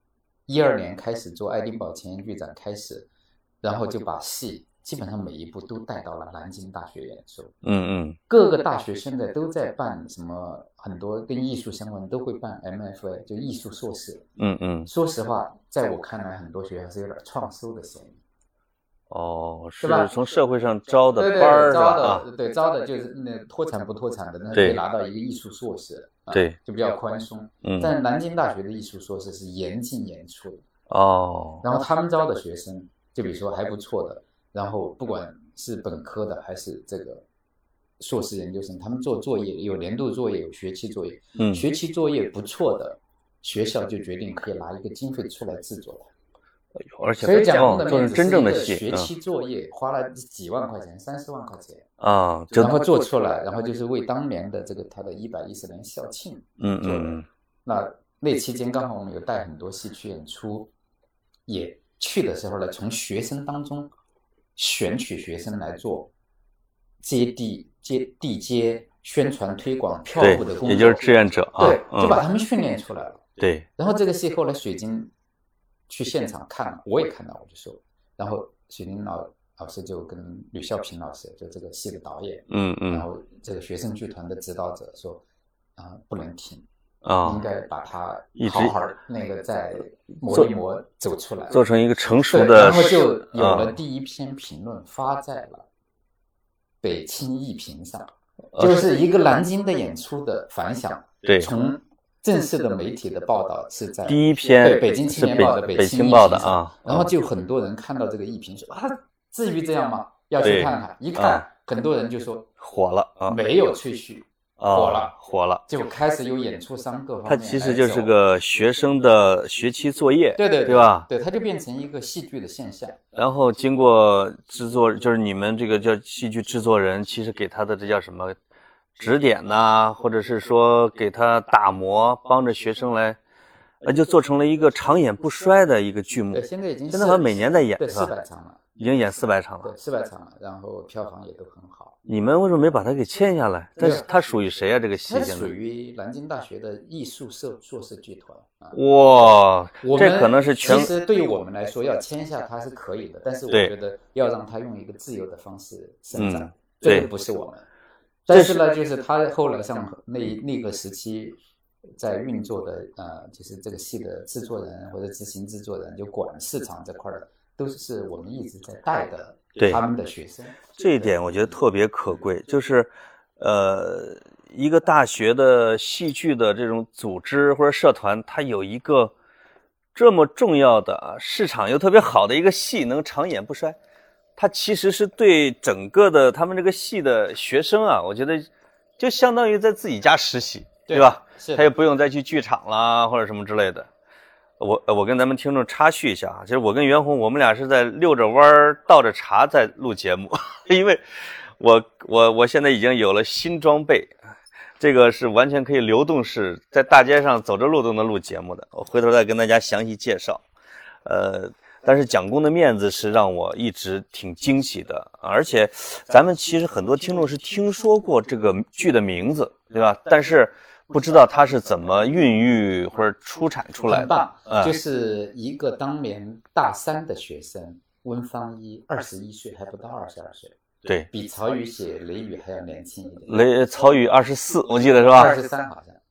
12年开始做爱丁堡前沿剧展开始，然后就把戏基本上每一部都带到了南京大学演出。各个大学现在都在办什么，很多跟艺术相关的都会办 MFA， 就艺术硕士。说实话，在我看来，很多学校是有点创收的嫌疑。 是从社会上招的班儿招的就是那脱产不脱产的，那可以拿到一个艺术硕士，就比较宽松。但南京大学的艺术硕士是严禁演出的。然后他们招的学生，就比如说还不错的，然后不管是本科的还是这个硕士研究生，他们做作业有年度作业，有学期作业。学期作业不错的学校就决定可以拿一个经费出来制作它。 而且所以讲的做成真正的戏， 学期作业花了几万块钱，30万块钱然后做出来，然后就是为当年的这个他的110年校庆那期间刚好我们有带很多戏去演出，也去的时候呢，从学生当中选取学生来做地接宣传推广票务的工作， 也就是志愿者就把他们训练出来了。然后这个戏后来水晶去现场看了，我也看到，我就说，然后水晶老师就跟吕孝平老师，就这个戏的导演，然后这个学生剧团的指导者说，不能停，应该把它好好那个再磨一磨走出来， 做成一个成熟的， 然后就有了第一篇评论发在了北青艺评上，就是一个南京的演出的反响，从正式的媒体的报道是在第一篇北京青年报的北青报的然后就很多人看到这个艺评说至于这样吗？要去看看，一看很多人就说火了没有吹嘘，火了，就就开始有演出商各方面。 它其实就是个学生的学期作业，对吧？ 对，它就变成一个戏剧的现象。 然后经过制作，就是你们这个叫戏剧制作人，其实给他的这叫什么？指点或者是说给他打磨，帮着学生来，就做成了一个长演不衰的一个剧目。 现在好像每年在演， 对，400场了， 已经演400场了。 对，400场了，然后票房也都很好。 你们为什么没把它给签下来？但是它属于谁啊？这个戏它属于南京大学的艺术硕士剧团哇，这可能是其实对于我们来说，要签下它是可以的，但是我觉得要让它用一个自由的方式生长，这个不是我们。但是呢，就是他后来像那个时期在运作的就是这个戏的制作人或者执行制作人，就管市场这块的，都是我们一直在带的他们的学生。 这一点我觉得特别可贵，就是一个大学的戏剧的这种组织或者社团，它有一个这么重要的市场又特别好的一个戏能长演不衰。他其实是对整个的他们这个系的学生我觉得就相当于在自己家实习，对吧？他也不用再去剧场啦或者什么之类的。我跟咱们听众插叙一下其实我跟袁弘我们俩是在溜着弯倒着茶在录节目，因为我现在已经有了新装备，这个是完全可以流动式在大街上走着路都能录节目的，我回头再跟大家详细介绍。但是蒋公的面子是让我一直挺惊喜的，而且咱们其实很多听众是听说过这个剧的名字，对吧？但是不知道它是怎么孕育或者出产出来的。 很棒，就是一个当年大3的学生温方一，21岁还不到22岁， 对， 比曹禺写《雷雨》还要年轻一点。 曹禺24，我记得是吧 ？23好像。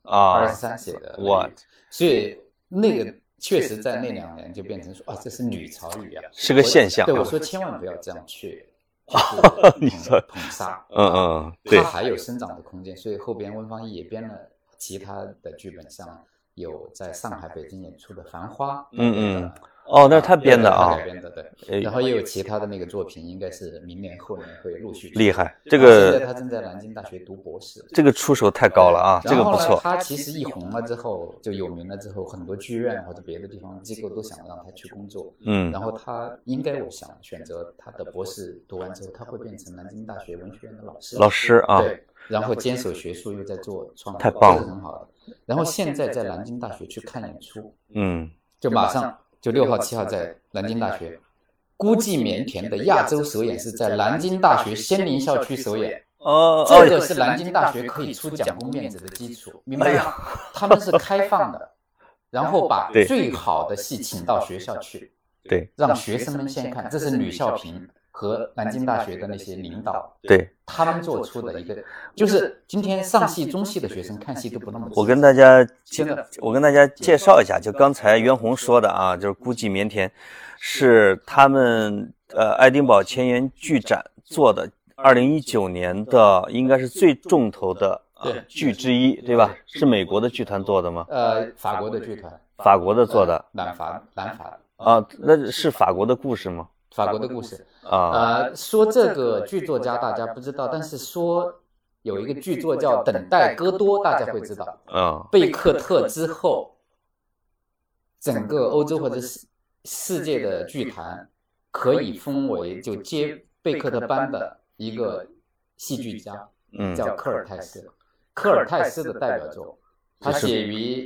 啊，23写的。所以那个确实在那2年就变成说这是女曹禺啊， 是个现象。 对，我说千万不要这样去捧杀。 对， 它还有生长的空间，所以后边温方毅也编了其他的剧本，像有在上海、北京演出的《繁花》。 那是他编的啊， 他改编的，对。然后也有其他的那个作品，应该是明年后年会陆续。 厉害，这个现在他正在南京大学读博士， 这个出手太高了啊，这个不错。 他其实一红了之后，就有名了之后，很多剧院或者别的地方机构都想让他去工作。然后他应该我想选择他的博士读完之后，他会变成南京大学文学院的老师啊。 对，然后坚守学术，又在做创作， 太棒了， 这是很好的。然后现在在南京大学去看演出， 就马上。就6号、7号在南京大学，估计腼腆的亚洲首演是在南京大学仙林校区首演。这个是南京大学可以出蒋公面子的基础，明白吗？他们是开放的，然后把最好的戏请到学校去， 对， 让学生们先看。这是吕孝平和南京大学的那些领导， 对， 他们做出的一个，就是今天上戏中戏的学生看戏都不那么。 我跟大家介绍一下，就刚才袁弘说的啊，就是估计腼腆，是他们爱丁堡前沿剧展做的2019年的，应该是最重头的剧之一，对吧？是美国的剧团做的吗？ 法国的剧团， 法国的做的， 南法啊，那是法国的故事吗？ 法国的故事啊，说这个剧作家大家不知道，但是说有一个剧作叫等待戈多，大家会知道。贝克特之后，整个欧洲或者世界的剧坛可以封为就接贝克特班的一个戏剧家，叫科尔泰斯。科尔泰斯的代表作，他写于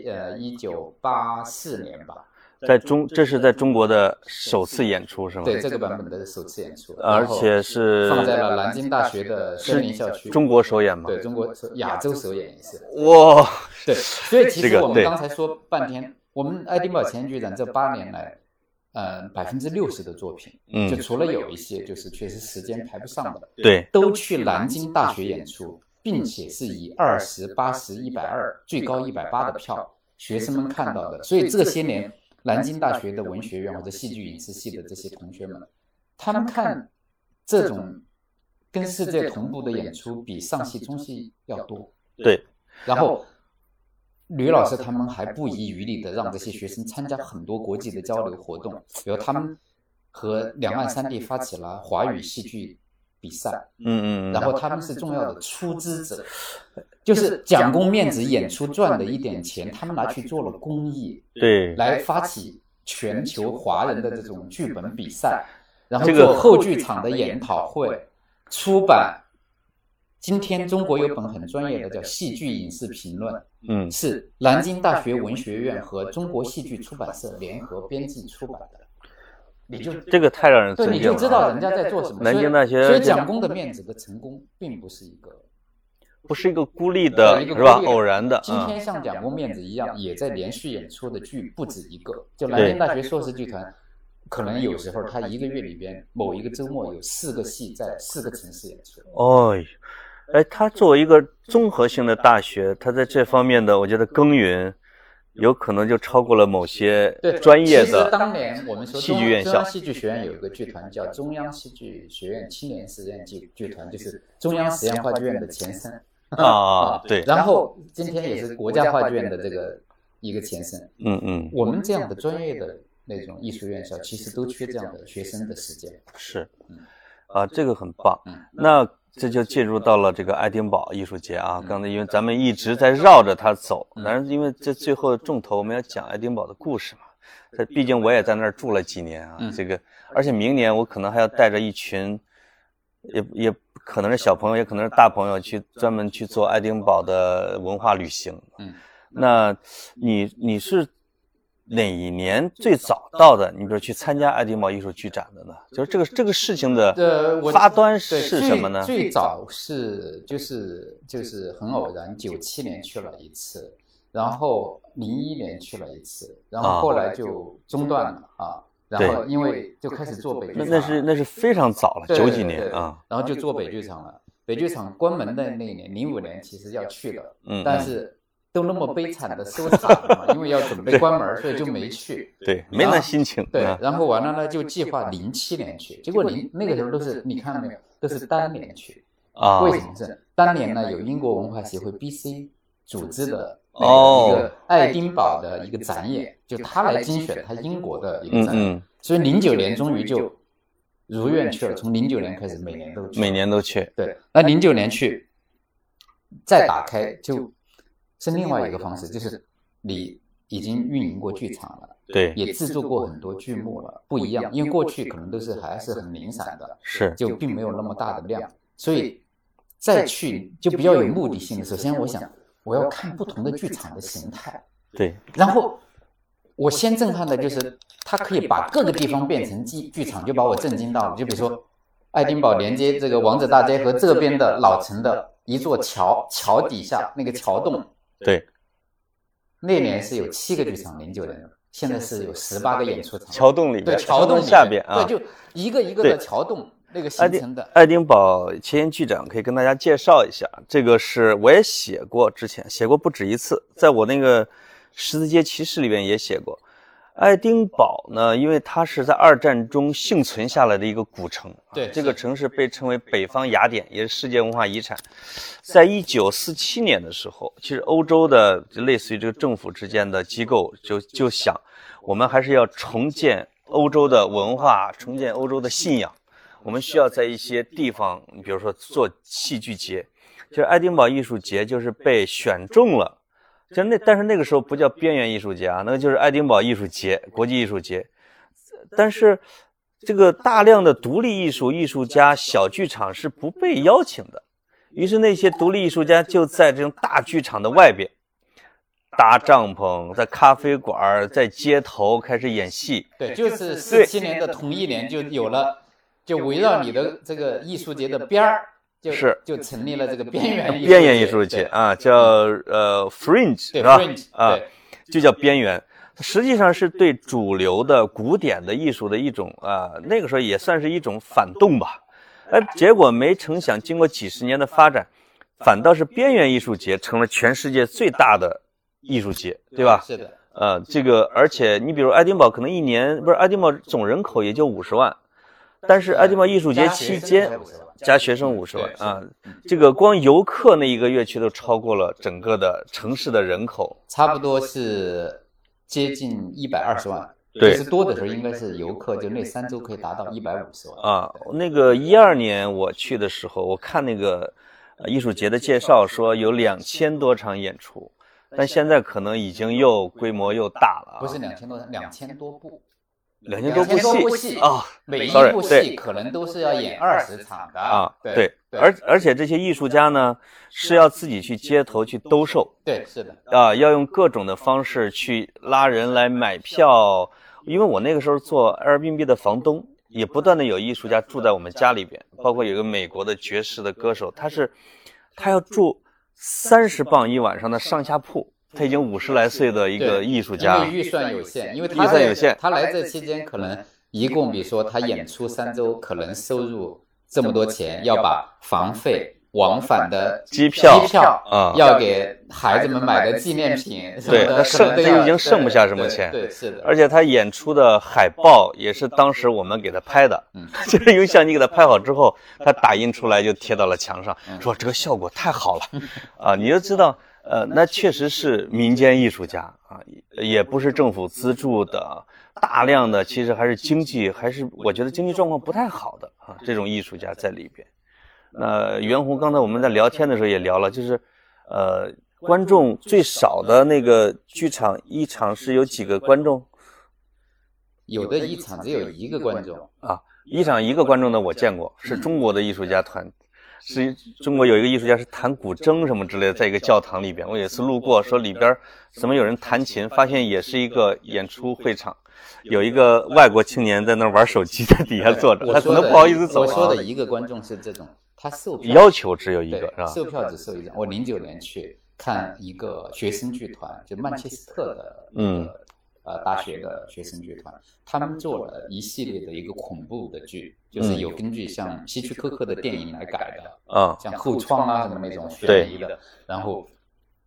1984年吧。 这是在中国的首次演出是吗？ 对，这个版本的首次演出， 而且是放在了南京大学的森林校区。 中国首演吗？ 对，中国亚洲首演也是。 哇， 对，所以其实我们刚才说半天，我们爱丁堡前沿剧展这8年来，60%的作品，就除了有一些就是确实时间排不上的， 对， 都去南京大学演出，并且是以20、80、120最高180的票，学生们看到的。所以这些年。南京大学的文学院或者戏剧影视系的这些同学们，他们看这种跟世界同步的演出比上戏中戏要多。 对， 然后吕老师他们还不遗余力的让这些学生参加很多国际的交流活动，比如他们和两岸3地发起了华语戏剧比赛，然后他们是重要的出资者，就是蒋公面子演出赚的一点钱，他们拿去做了公益， 对， 来发起全球华人的这种剧本比赛，然后做后剧场的研讨会，出版。今天中国有本很专业的叫《戏剧影视评论》，是南京大学文学院和中国戏剧出版社联合编辑出版的。你就这个太让人尊敬了， 对，你就知道人家在做什么。 南京大学， 所以蒋公的面子的成功，并不是一个孤立的，是吧？偶然的。 今天像蒋公面子一样，也在连续演出的剧不止一个。就南京大学硕士剧团，可能有时候他1个月里边某一个周末有4个戏在4个城市演出。 他作为一个综合性的大学，他在这方面的，我觉得耕耘。有可能就超过了某些专业的其实当年我们说戏剧院校。 中央戏剧学院有一个剧团叫中央戏剧学院青年实验剧团，就是中央实验话剧院的前身对。 然后今天也是国家话剧院的这个一个前身。我们这样的专业的那种艺术院校，其实都缺这样的学生的时间。 是，这个很棒。那这就进入到了这个爱丁堡艺术节啊。刚才因为咱们一直在绕着它走，但是因为这最后的重头我们要讲爱丁堡的故事嘛。毕竟我也在那儿住了几年啊，这个而且明年我可能还要带着一群，也可能是小朋友，也可能是大朋友去专门去做爱丁堡的文化旅行。那你是哪一年最早到的？你比如去参加爱丁堡艺术剧展的呢？就是这个事情的发端是什么呢？ 最早是就是很偶然，97年去了一次，然后01年去了一次，然后后来就中断了然后因为就开始做北剧场， 那是非常早了，90几年然后就做北剧场了。北剧场关门的那一年，05年其实要去的，但是都那么悲惨的收场了嘛，因为要准备关门，所以就没去。 对，没那心情。 对，然后完了呢，就计划07年去，结果那个时候都是你看到没有，都是单年去啊。为什么是当年呢？有英国文化协会 BC 组织的一个爱丁堡的一个展演，就他来精选他英国的一个展演，所以09年终于就如愿去了。从09年开始，每年都去。对，那09年去，再打开就是另外一个方式，就是你已经运营过剧场了， 对， 也制作过很多剧目了，不一样，因为过去可能还是很零散的， 是， 就并没有那么大的量，所以再去就比较有目的性的。首先，我想我要看不同的剧场的形态， 对， 然后我先震撼的就是它可以把各个地方变成剧场，就把我震惊到了。就比如说，爱丁堡连接这个王子大街和这边的老城的一座桥底下那个桥洞。 对， 那年是有7个剧场，09年，现在是有18个演出场。 桥洞里边， 对，桥洞下边啊， 对，就一个一个的桥洞那个形成的。 爱丁堡前沿剧展可以跟大家介绍一下，这个是我也写过，之前写过不止一次，在我那个十字街骑士里边也写过。爱丁堡呢，因为它是在2战中幸存下来的一个古城， 对， 这个城市被称为北方雅典，也是世界文化遗产。在1947年的时候，其实欧洲的类似于这个政府之间的机构就想，我们还是要重建欧洲的文化，重建欧洲的信仰，我们需要在一些地方，比如说做戏剧节，就是爱丁堡艺术节就是被选中了。但是那个时候不叫边缘艺术节啊，那个就是爱丁堡艺术节，国际艺术节。但是这个大量的独立艺术家、小剧场是不被邀请的，于是那些独立艺术家就在这种大剧场的外边搭帐篷，在咖啡馆、在街头开始演戏。 对，就是47年的同一年就有了，就围绕你的这个艺术节的边儿。就成立了这个边缘艺术节啊，叫Fringe 是吧？啊，就叫边缘。实际上是对主流的古典的艺术的一种那个时候也算是一种反动吧。结果没成想，经过几十年的发展，反倒是边缘艺术节成了全世界最大的艺术节，对吧？ 是的。 这个而且你比如爱丁堡可能一年不是爱丁堡总人口也就50万，但是爱丁堡艺术节期间。加学生50万啊！这个光游客那1个月去都超过了整个的城市的人口， 差不多是接近120万。 对， 就是多的时候应该是游客，就那3周可以达到150万啊。那个12年我去的时候，我看那个艺术节的介绍说有2000多场演出，但现在可能已经又规模又大了。 不是2000多场，2000多部。 2000多部戏啊，每一部戏可能都是要演20场的啊。对，而且这些艺术家呢是要自己去街头去兜售。 对，是的啊，要用各种的方式去拉人来买票。因为我那个时候做 Airbnb 的房东，也不断的有艺术家住在我们家里边，包括有个美国的爵士的歌手，他要住30磅一晚上的上下铺。他已经50来岁的一个艺术家， 因为预算有限，因为他来这期间可能一共，比如说他演出3周，可能收入这么多钱，要把房费、往返的机票要给孩子们买的纪念品， 对，他已经剩不下什么钱。 对，是的。 而且他演出的海报也是当时我们给他拍的，就是用相机给他拍好之后，他打印出来就贴到了墙上，说这个效果太好了啊！你就知道。那确实是民间艺术家啊，也不是政府资助的，大量的其实还是我觉得经济状况不太好的啊，这种艺术家在里边。袁弘刚才我们在聊天的时候也聊了，就是观众最少的那个剧场一场是有几个观众？ 有的一场只有1个观众啊，一场1个观众的我见过，是中国的艺术家团。是中国有一个艺术家是弹古筝什么之类的，在一个教堂里边，我有一次路过，说里边怎么有人弹琴，发现也是一个演出会场，有一个外国青年在那玩手机，在底下坐着，他可能不好意思走。 我说的1个观众是这种，他售票要求只有1个，是吧？ 售票只售1张。我09年去看一个学生剧团，就曼彻斯特的大学的学生剧团，他们做了一系列的一个恐怖的剧，就是有根据像希区柯克的电影来改的，像后窗啊什么那种悬疑的，然后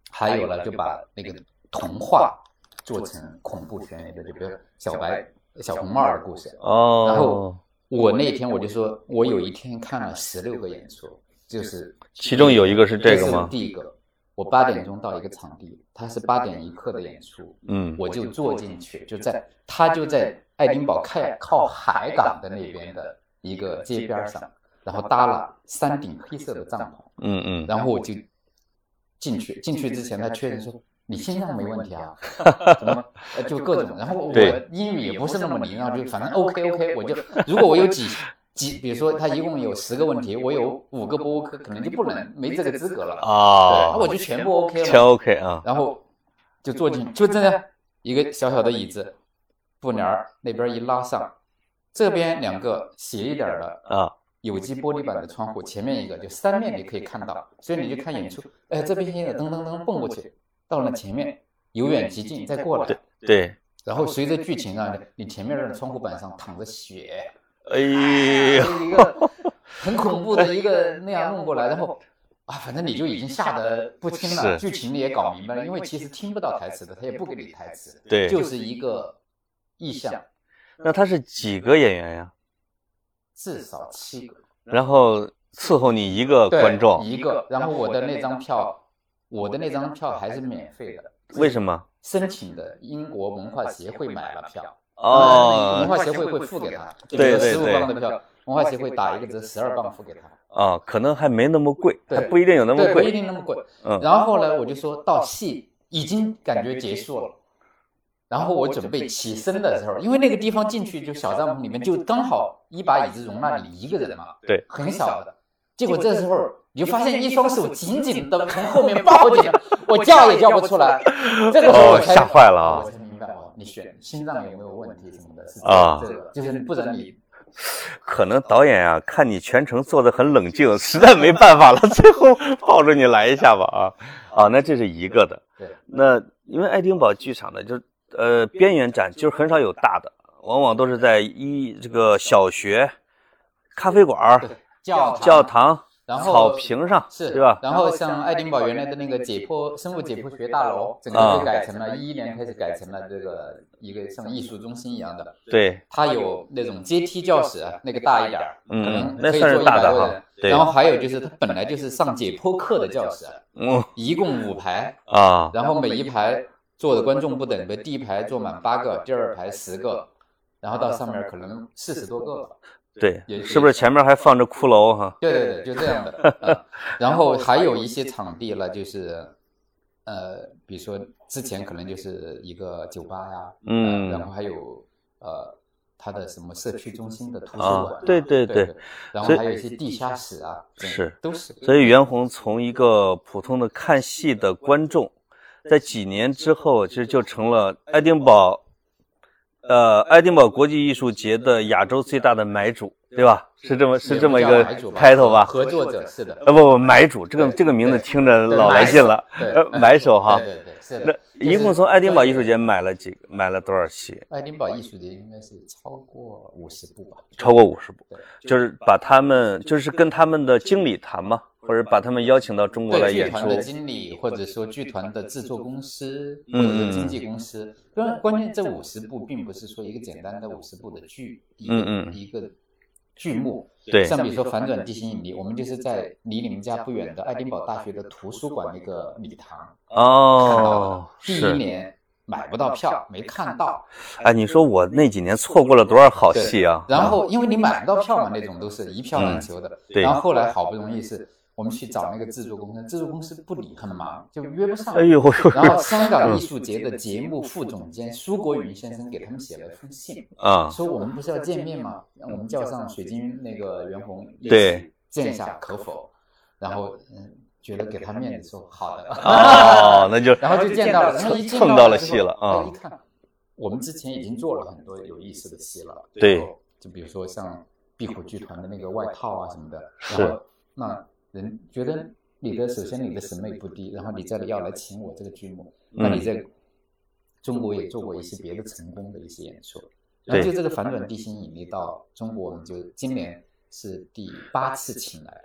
还有了就把那个童话做成恐怖悬疑的，就比如小红帽的故事。然后我那天我就说，我有一天看了16个演出，就是其中有一个是这个吗？ 第一个，我8点钟到一个场地，它是8点1刻的演出，我就坐进去，它就在爱丁堡靠海港的那边的一个街边上，然后搭了3顶黑色的帐篷，然后我就进去之前他确认说你心脏没问题啊，什么就各种，然后我英语也不是那么灵啊，就反正 OK， 我就如果我有比如说他一共有10个问题，我有5个不 OK， 可能就没这个资格了啊，我就全部 OK 了， 全 OK 啊， 然后就坐进，就这样一个小小的椅子，布帘那边一拉上，这边2个斜一点的啊。有机玻璃板的窗户，前面一个就3面你可以看到，所以你就看演出，这边现在噔噔噔蹦过去，到了前面由远及近再过来， 对， 然后随着剧情啊，你前面的窗户板上淌着血，一个很恐怖的一个那样弄过来，然后反正你就已经吓得不轻了，剧情你也搞明白了，因为其实听不到台词的，他也不给你台词， 对， 就是一个意象。 那他是几个演员呀？ 至少7个， 然后伺候你一个观众一个，然后我的那张票还是免费的。 为什么？ 申请的英国文化协会买了票， 文化协会会付给他， 对 15磅的票，文化协会打一个折12磅付给他。 可能还没那么贵，还不一定有那么贵， 不一定那么贵。然后呢，我就说到戏已经感觉结束了。然后我准备起身的时候，因为那个地方进去就小帐篷里面就刚好1把椅子容纳你一个人嘛， 对， 很小的。结果这时候你就发现一双手紧紧的从后面抱紧了，我叫也叫不出来。这个时候我吓坏了啊！ 我才明白你选心脏有没有问题什么的，是这个，就是不然你。 可能导演啊，看你全程做得很冷静，实在没办法了，最后抱着你来一下吧那这是一个的。 对， 那因为爱丁堡剧场呢，就是边缘展就是很少有大的，往往都是在这个小学、咖啡馆、教堂、草坪上， 是对吧？ 然后像爱丁堡原来的那个生物解剖学大楼，整个就改成了11年开始改成了这个一个像艺术中心一样的。 对， 它有那种阶梯教室，那个大一点，可能可以坐 100 多人。然后还有就是它本来就是上解剖课的教室，一共5排啊， 然后每一排坐的观众不等，第一排坐满8个，第2排10个，然后到上面可能40多个了。 对，是不是前面还放着骷髅哈？ 对，就这样的。然后还有一些场地了，就是比如说之前可能就是一个酒吧呀，然后还有它的什么社区中心的图书馆， 对， 然后还有一些地下室啊，都是。 所以袁弘从一个普通的看戏的观众，在几年之后，其实就成了爱丁堡国际艺术节的亚洲最大的买主，对吧？是这么一个开头吧？ 合作者是的。 不，买主这个名字听着老来劲了。买手哈。 对，是的。 一共从爱丁堡艺术节买了多少戏？ 爱丁堡艺术节应该是超过50部吧？ 超过50部，就是把他们就是跟他们的经理谈嘛，或者把他们邀请到中国来演出。 剧团的经理或者说剧团的制作公司或者说经纪公司，关键这50部并不是说一个简单的50部的剧，一个剧目。 对， 像比如说反转地心引力，我们就是在离你们家不远的爱丁堡大学的图书馆那个礼堂看到的。第1年买不到票，没看到。 你说我那几年错过了多少好戏啊！ 然后因为你买不到票嘛，那种都是一票难求的。然后后来好不容易是我们去找那个制作公司，制作公司不理，很忙，就约不上。然后香港艺术节的节目副总监苏国云先生给他们写了封信说我们不是要见面吗？让我们叫上水晶那个袁弘一起见一下可否？然后觉得给他面子说好的那就然后就见到了，然后一见蹭到了戏了一看我们之前已经做了很多有意思的戏了， 对， 就比如说像壁虎剧团的那个外套啊什么的，然后那人觉得首先你的审美不低，然后你再要来请我这个剧目，那你在中国也做过一些别的成功的一些演出，然后就这个反转地心引力到中国，我们就今年是第8次请来了。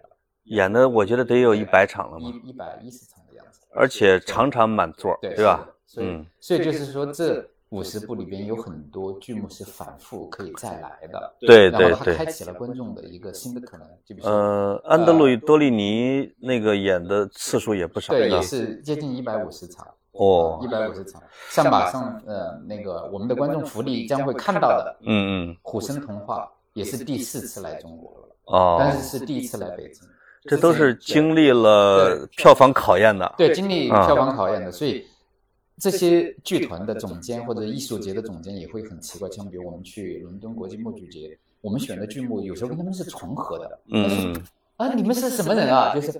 演的我觉得得有100场了嘛 ，110场的样子， 而且场场满座，对吧？ 所以就是说这50部里边有很多剧目是反复可以再来的， 对， 然后它开启了观众的一个新的可能。就比如说安德鲁·多利尼那个演的次数也不少， 对，也是接近150场。150场，像马上那个我们的观众福利将会看到的，虎生童话也是第4次来中国了，但是是第1次来北京， 这都是经历了票房考验的， 对，经历票房考验的，所以这些剧团的总监或者艺术节的总监也会很奇怪，像比如我们去伦敦国际默剧节，我们选的剧目有时候跟他们是重合的，你们是什么人啊？就是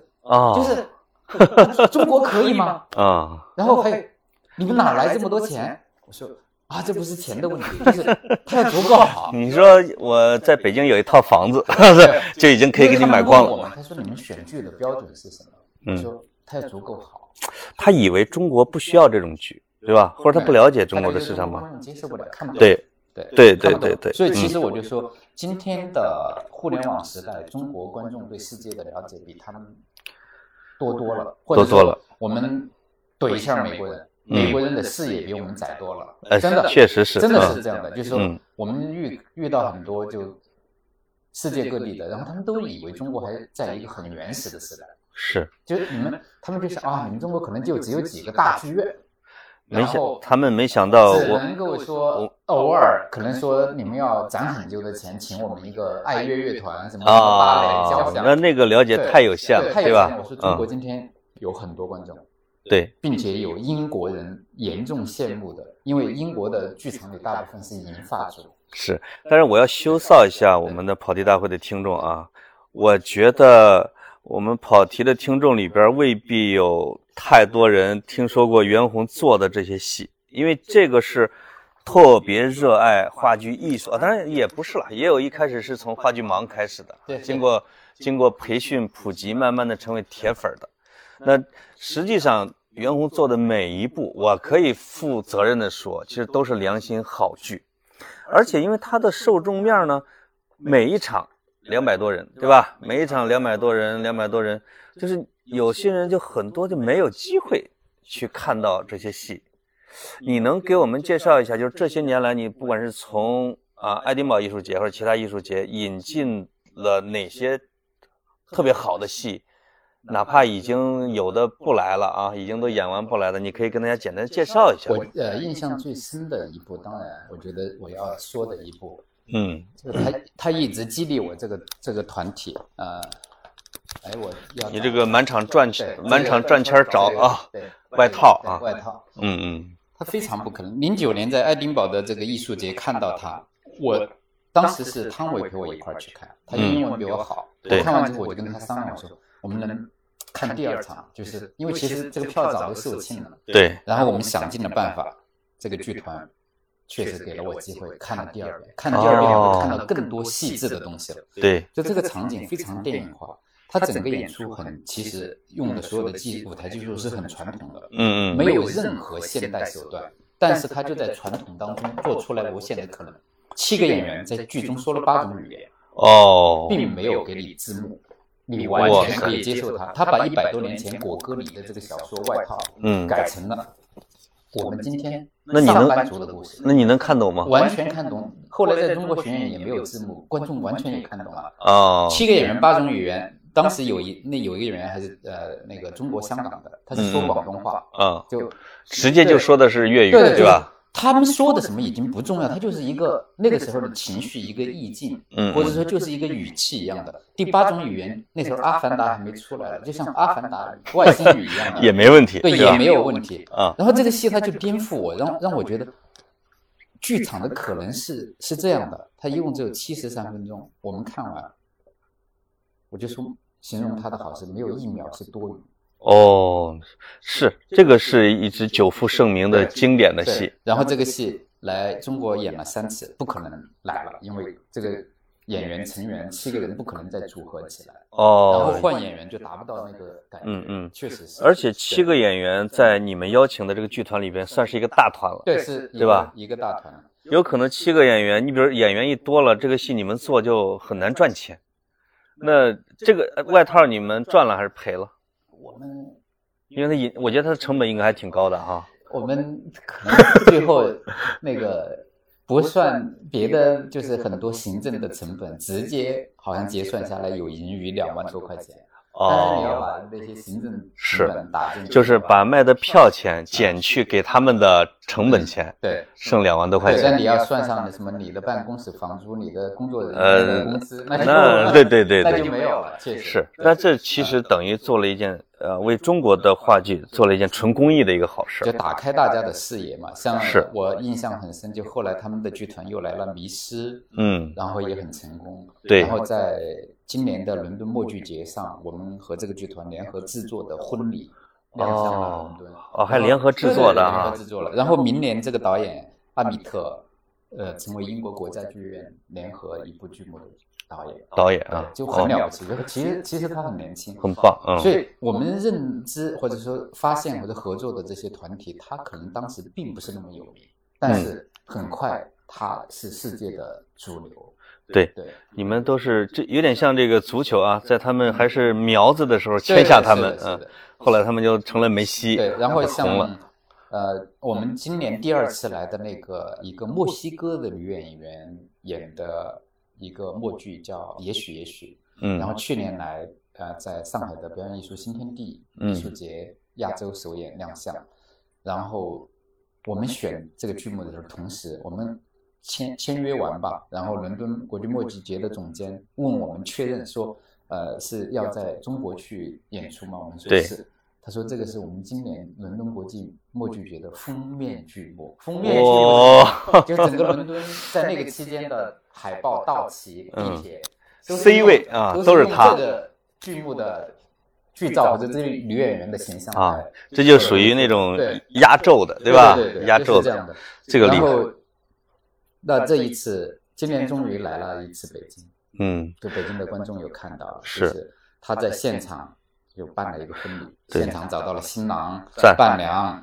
中国可以吗？然后还有你们哪来这么多钱？我说这不是钱的问题，就是它要足够好。 你说我在北京有一套房子，就已经可以给你买光了。 他说你们选剧的标准是什么？我说它要足够好。 他以为中国不需要这种剧，对吧？或者他不了解中国的市场吗？ 观众接受不了，看不懂。 对。 所以其实我就说，今天的互联网时代，中国观众对世界的了解比他们多了，或者说我们怼一下美国人，美国人的视野比我们窄多了，真的， 确实是， 真的是这样的。就是说，我们遇到很多就世界各地的，然后他们都以为中国还在一个很原始的时代， 是， 就是他们就想你们中国可能只有几个大剧院。 他们没想到， 只能够说偶尔可能说你们要攒很久的钱，请我们一个爱乐乐团什么芭蕾交响， 那个了解太有限了，对吧？ 我说中国今天有很多观众， 对， 并且有英国人严重羡慕的，因为英国的剧场里大部分是银发族。 是，但是我要羞臊一下我们的跑题大会的听众啊，我觉得我们跑题的听众里边未必有太多人听说过袁弘做的这些戏，因为这个是特别热爱话剧艺术当然也不是啦，也有一开始是从话剧盲开始的， 对， 经过培训普及，慢慢的成为铁粉的。那实际上袁弘做的每一部，我可以负责任的说，其实都是良心好剧，而且因为他的受众面呢，每一场200多人，对吧？每一场200多人，就是有些人就很多就没有机会去看到这些戏。你能给我们介绍一下，就是这些年来你不管是从爱丁堡艺术节或者其他艺术节引进了哪些特别好的戏，哪怕已经有的不来了已经都演完不来了，你可以跟大家简单介绍一下。 我印象最深的一部，当然我觉得我要说的一部，这个他一直激励我这个团体我要你这个满场转圈找外套外套，他非常不可能。09年在爱丁堡的这个艺术节看到他，我当时是汤唯陪我一块去看，他英文比我好，我看完之后我就跟他商量，我说我们能看第2场，就是因为其实这个票早就售罄了， 对。 然后我们想尽了办法，这个剧团确实给了我机会，看了第2遍，看了第2遍我看到更多细致的东西了， 对， 就这个场景非常电影化。他整个演出其实用的所有的舞台技术是很传统的，没有任何现代手段，但是他就在传统当中做出来无限的可能。7个演员在剧中说了8种语言，并没有给你字幕，你完全可以接受他。他把100多年前果戈里的这个小说《外套》改成了我们今天上班族的故事。 那你能看懂吗？ 完全看懂。后来在中国巡演也没有字幕，观众完全也看懂了。7个演员8种语言。当时有一个演员还是那个中国香港的，他是说广东话就直接就说的是粤语，对吧？ 他们说的什么已经不重要，他就是一个那个时候的情绪，一个意境，或者说就是一个语气一样的。第8种语言，那时候《阿凡达》还没出来，就像《阿凡达》外星语一样的， 也没问题， 对，也没有问题然后这个戏他就颠覆我，让我觉得剧场的可能是这样的，他一共只有73分钟，我们看完，我就说。形容他的好是没有1秒是多余。 是这个是一支久负盛名的经典的戏。 然后这个戏来中国演了3次，不可能来了，因为这个演员成员7个人不可能再组合起来。然后换演员就达不到那个感觉。确实是。 而且7个演员在你们邀请的这个剧团里边算是一个大团了。 对，是对吧？ 一个大团。 有可能7个演员，你比如演员一多了，这个戏你们做就很难赚钱。 那这个外套你们赚了还是赔了？ 我们因为我觉得它的成本应该还挺高的哈。 我们可能最后那个不算别的，就是很多行政的成本，直接好像结算下来有盈余2万多块钱。但是你要把那些行政成本打进去， 就是把卖的票钱减去给他们的成本钱， 对， 剩2万多块钱。 但你要算上什么你的办公室房租、你的工作人员的工资， 那对， 那就没有了。确实是，那这其实等于做了一件为中国的话剧做了一件纯公益的一个好事， 就打开大家的视野嘛。像我印象很深，就后来他们的剧团又来了《迷失》， 然后也很成功。 对， 然后在今年的伦敦默剧节上，我们和这个剧团联合制作的婚礼亮相了伦敦。 还联合制作的联合制作了。然后明年这个导演阿米特，成为英国国家剧院联合一部剧目的导演啊，就很了不起。其实他很年轻， 很棒。 所以我们认知或者说发现或者合作的这些团体，他可能当时并不是那么有名，但是很快他是世界的主流。 对，你们都是这有点像这个足球啊，在他们还是苗子的时候签下他们，后来他们就成了梅西， 对，然后像我们今年第2次来的那个一个墨西哥的女演员演的一个默剧叫也许，然后去年来在上海的表演艺术新天地艺术节亚洲首演亮相，然后我们选这个剧目的时候，同时我们签约完吧，然后伦敦国际默剧节的总监问我们确认说，是要在中国去演出吗？我们说是。他说这个是我们今年伦敦国际默剧节的封面剧目。封面剧目就整个伦敦在那个期间的海报、道旗、地铁 C 位啊，都是他这个剧目的剧照或者这女演员的形象啊，这就属于那种压轴的，对吧？压轴的， 这个厉害。 那这一次，今年终于来了一次北京， 就北京的观众有看到， 是他在现场就办了一个婚礼，现场找到了新郎、伴娘、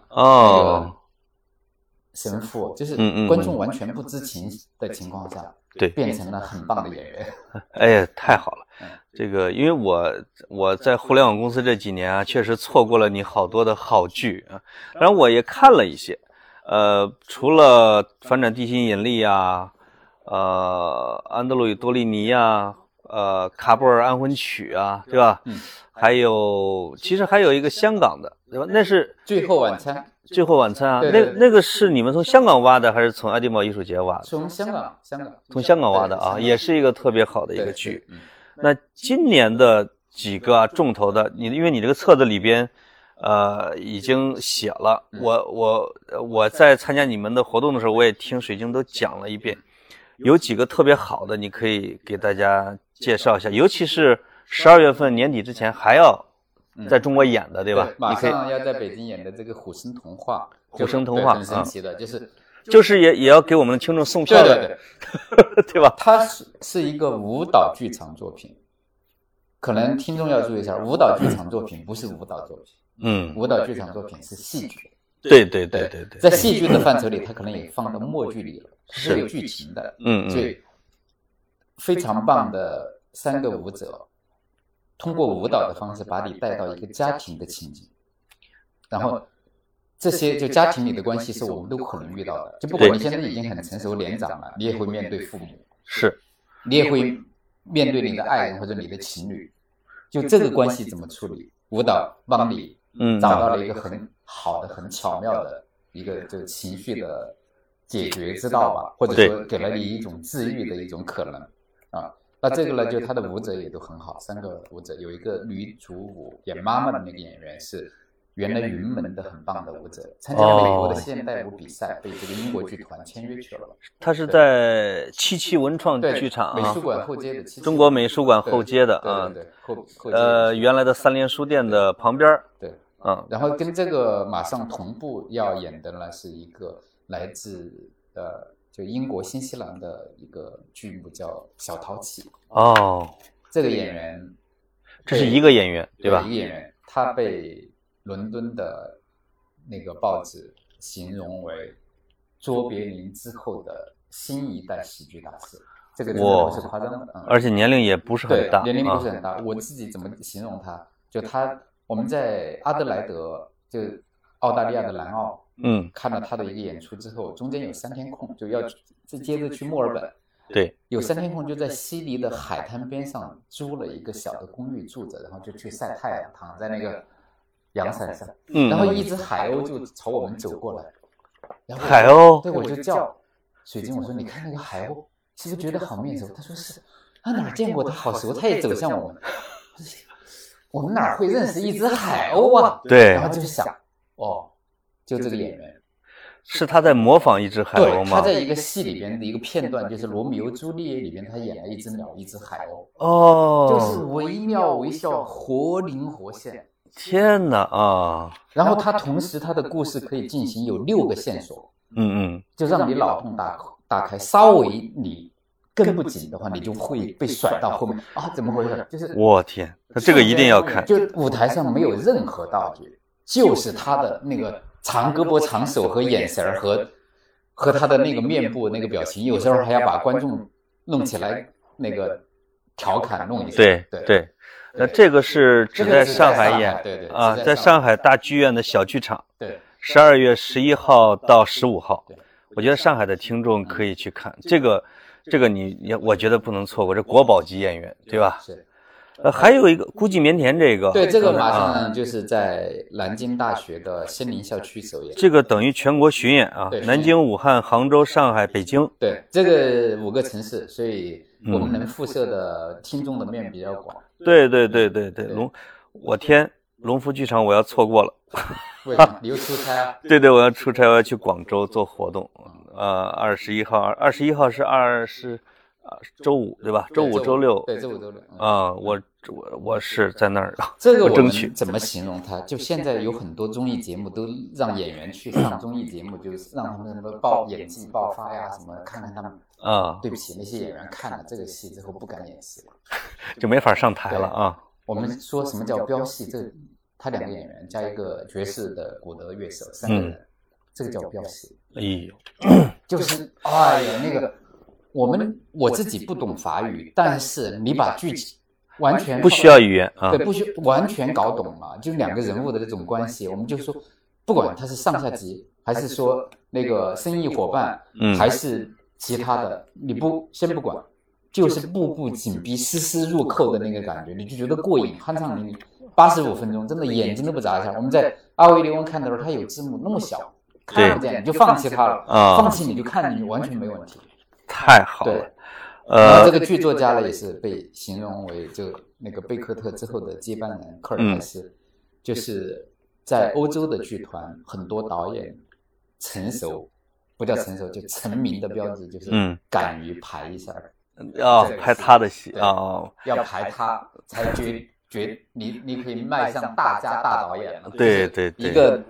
神父，就是观众完全不知情的情况下， 对， 变成了很棒的演员。 哎，太好了！这个，因为我在互联网公司这几年啊，确实错过了你好多的好剧啊，然后我也看了一些，除了《反转地心引力》啊，安德鲁与多利尼啊，卡布尔安魂曲啊，对吧？其实还有一个香港的，对吧？那是最后晚餐。 最后晚餐啊， 对那个是你们从香港挖的，还是从爱丁堡艺术节挖的？ 从香港， 从香港挖的啊，也是一个特别好的一个剧。那今年的几个重头的，因为你这个册子里边，已经写了。我在参加你们的活动的时候，我也听水晶都讲了一遍，有几个特别好的，你可以给大家介绍一下，尤其是12月份年底之前还要在中国演的，对吧？ 马上要在北京演的这个《虎生童话》，很神奇的， 就是也要给我们的听众送票的，对吧？ 它是一个舞蹈剧场作品，可能听众要注意一下，舞蹈剧场作品不是舞蹈作品，舞蹈剧场作品是戏剧。 对， 在戏剧的范畴里，它可能也放到默剧里了，是有剧情的。所以非常棒的3个舞者。通过舞蹈的方式把你带到一个家庭的情景，然后这些就家庭里的关系是我们都可能遇到的，就不管你现在已经很成熟年长了，你也会面对父母，你也会面对你的爱人或者你的情侣，就这个关系怎么处理，舞蹈帮你找到了一个很好的、很巧妙的一个这个情绪的解决之道吧，或者说给了你一种治愈的一种可能啊。那这个呢，就他的舞者也都很好，3个舞者，有一个女主舞演妈妈的那个演员是原来云门的很棒的舞者，参加美国的现代舞比赛，被这个英国剧团签约去了。 他是在77文创剧场美术馆后街的中国美术馆后街的啊，原来的3联书店的旁边。 对，然后跟这个马上同步要演的呢，是一个来自就英国新西兰的一个剧目叫《小淘气》这个演员， 这是一个演员对吧？ 一个演员，他被伦敦的那个报纸形容为卓别林之后的新一代喜剧大师。 这个真的不是夸张的。 而且年龄也不是很大， 对，年龄不是很大。我自己怎么形容他？就我们在阿德莱德，就澳大利亚的南澳，看了他的一个演出之后，中间有3天空，就要接着去墨尔本。 对， 有3天空就在悉尼的海滩边上租了一个小的公寓住着，然后就去晒太阳，躺在那个阳伞上，然后一只海鸥就朝我们走过来，然后海鸥， 对，我就叫水晶，我说你看那个海鸥，是不是觉得好面熟？他说是，他哪见过，他好熟，他也走向我们。我们哪会认识一只海鸥啊？ 对， 然后就想，就这个演员是他在模仿一只海鸥吗？ 对，他在一个戏里边的一个片段，就是《罗密欧朱丽叶》里边，他演了一只鸟，一只海鸥，就是惟妙惟肖，活灵活现。 天哪啊！ 然后他同时他的故事可以进行有6个线索，就让你脑洞打开，稍微你跟不紧的话，你就会被甩到后面啊！怎么回事？就是我天，那这个一定要看。 就舞台上没有任何道具，就是他的那个长胳膊、长手和眼神和他的那个面部那个表情，有时候还要把观众弄起来那个调侃弄一下。 对。那这个是只在上海演， 对在上海大剧院的小剧场， 对 ，12月11号到15号，我觉得上海的听众可以去看这个我觉得不能错过，这国宝级演员，对吧？ 是。 还有一个孤寂腼腆， 对，这个马上就是在南京大学的仙林校区首演， 这个等于全国巡演啊，南京、武汉、杭州、上海、北京， 对，这个5个城市，所以我们能辐射的听众的面比较广。 对，我天，龙福剧场我要错过了。 为什么？你又出差啊？ 对，我要出差，我要去广州做活动。21号是周五对吧？周五周六。 对，周五周六。 我是在那儿。 这个我们怎么形容它？就现在有很多综艺节目都让演员去上综艺节目，就是让他们什么演技爆发呀，什么看看他们。对不起，那些演员看了这个戏之后不敢演戏了， 就没法上台了啊。 我们说什么叫飙戏？他2个演员加一个爵士的鼓德乐手，3个人，这个叫飙戏。 哎呦， 就是那个我自己不懂法语，但是你把剧情完全不需要语言啊， 对，不需完全搞懂了，就2个人物的这种关系，我们就说，不管他是上下级，还是说那个生意伙伴，还是其他的，你先不管，就是步步紧逼、丝丝入扣的那个感觉，你就觉得过瘾，酣畅淋漓。85分钟，真的眼睛都不眨一下。我们在阿维利翁看的时候，它有字幕，那么小，看不见，你就放弃它了。放弃你就看，你完全没问题。 太好了。 对，然后这个剧作家呢，也是被形容为就那个贝克特之后的接班人科尔泰斯，就是在欧洲的剧团，很多导演成熟。不叫成熟，就成名的标志就是敢于排一下， 排他的戏要排他才你可以迈向大家大导演了。 对， 一个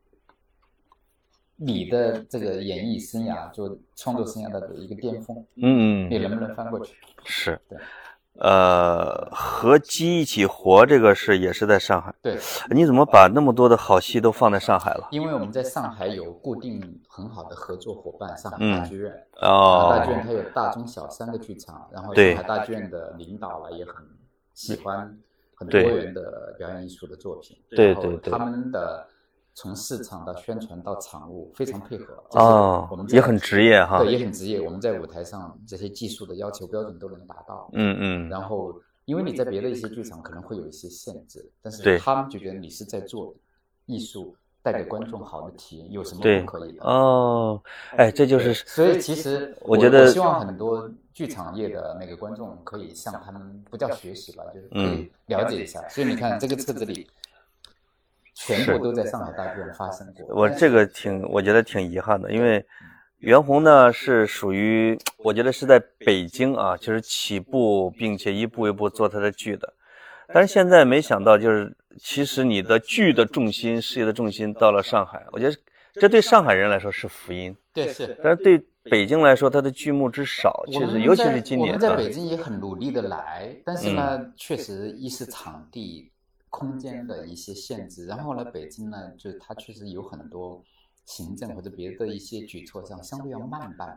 你的这个演艺生涯就创作生涯的一个巅峰，你能不能翻过去？ 是，对。和鸡一起活这个也是在上海。 对， 你怎么把那么多的好戏都放在上海了？ 因为我们在上海有固定很好的合作伙伴，上海大剧院。大剧院它有大中小3个剧场，然后上海大剧院的领导也很喜欢很多元的表演艺术的作品。 对， 他们的从市场到宣传到场务非常配合。我们也很职业哈。 对，也很职业。我们在舞台上这些技术的要求标准都能达到。然后因为你在别的一些剧场可能会有一些限制，但是他们就觉得你是在做艺术，带给观众好的体验，有什么不可以的？这就是。 所以其实我觉得我希望很多剧场业的那个观众可以向他们不叫学习吧，就是可以了解一下。所以你看这个册子里。全部都在上海大剧院发生过。 我觉得挺遗憾的，因为袁弘呢是属于我觉得是在北京啊，就是起步并且一步一步做他的剧的，但是现在没想到就是其实你的剧的重心、事业的重心到了上海，我觉得这对上海人来说是福音。 对，是。 但是对北京来说，它的剧目之少，其实尤其是今年。 我们在北京也很努力的来，但是呢，确实一是场地。空间的一些限制，然后呢，北京呢，就是它确实有很多行政或者别的一些举措上相对要慢半拍。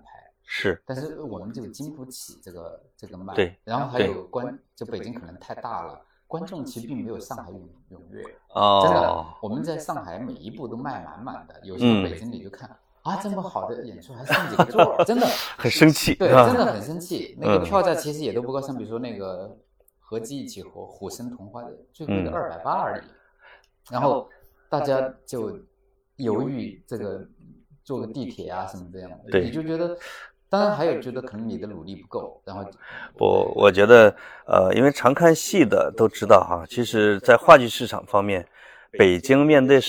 是， 但是我们就经不起这个慢。 对， 然后还有就北京可能太大了，观众其实并没有上海踊跃。真的，我们在上海每一部都卖满满的，有时候北京你就看。这么好的演出还剩几个座，真的很生气。 对，真的很生气。那个票价其实也都不高，像比如说那个合击一起活虎生同花的最贵的280而已。然后大家就犹豫这个坐个地铁啊什么这样的，你就觉得，当然还有觉得可能你的努力不够。然后我觉得因为常看戏的都知道哈，其实在话剧市场方面，北京面对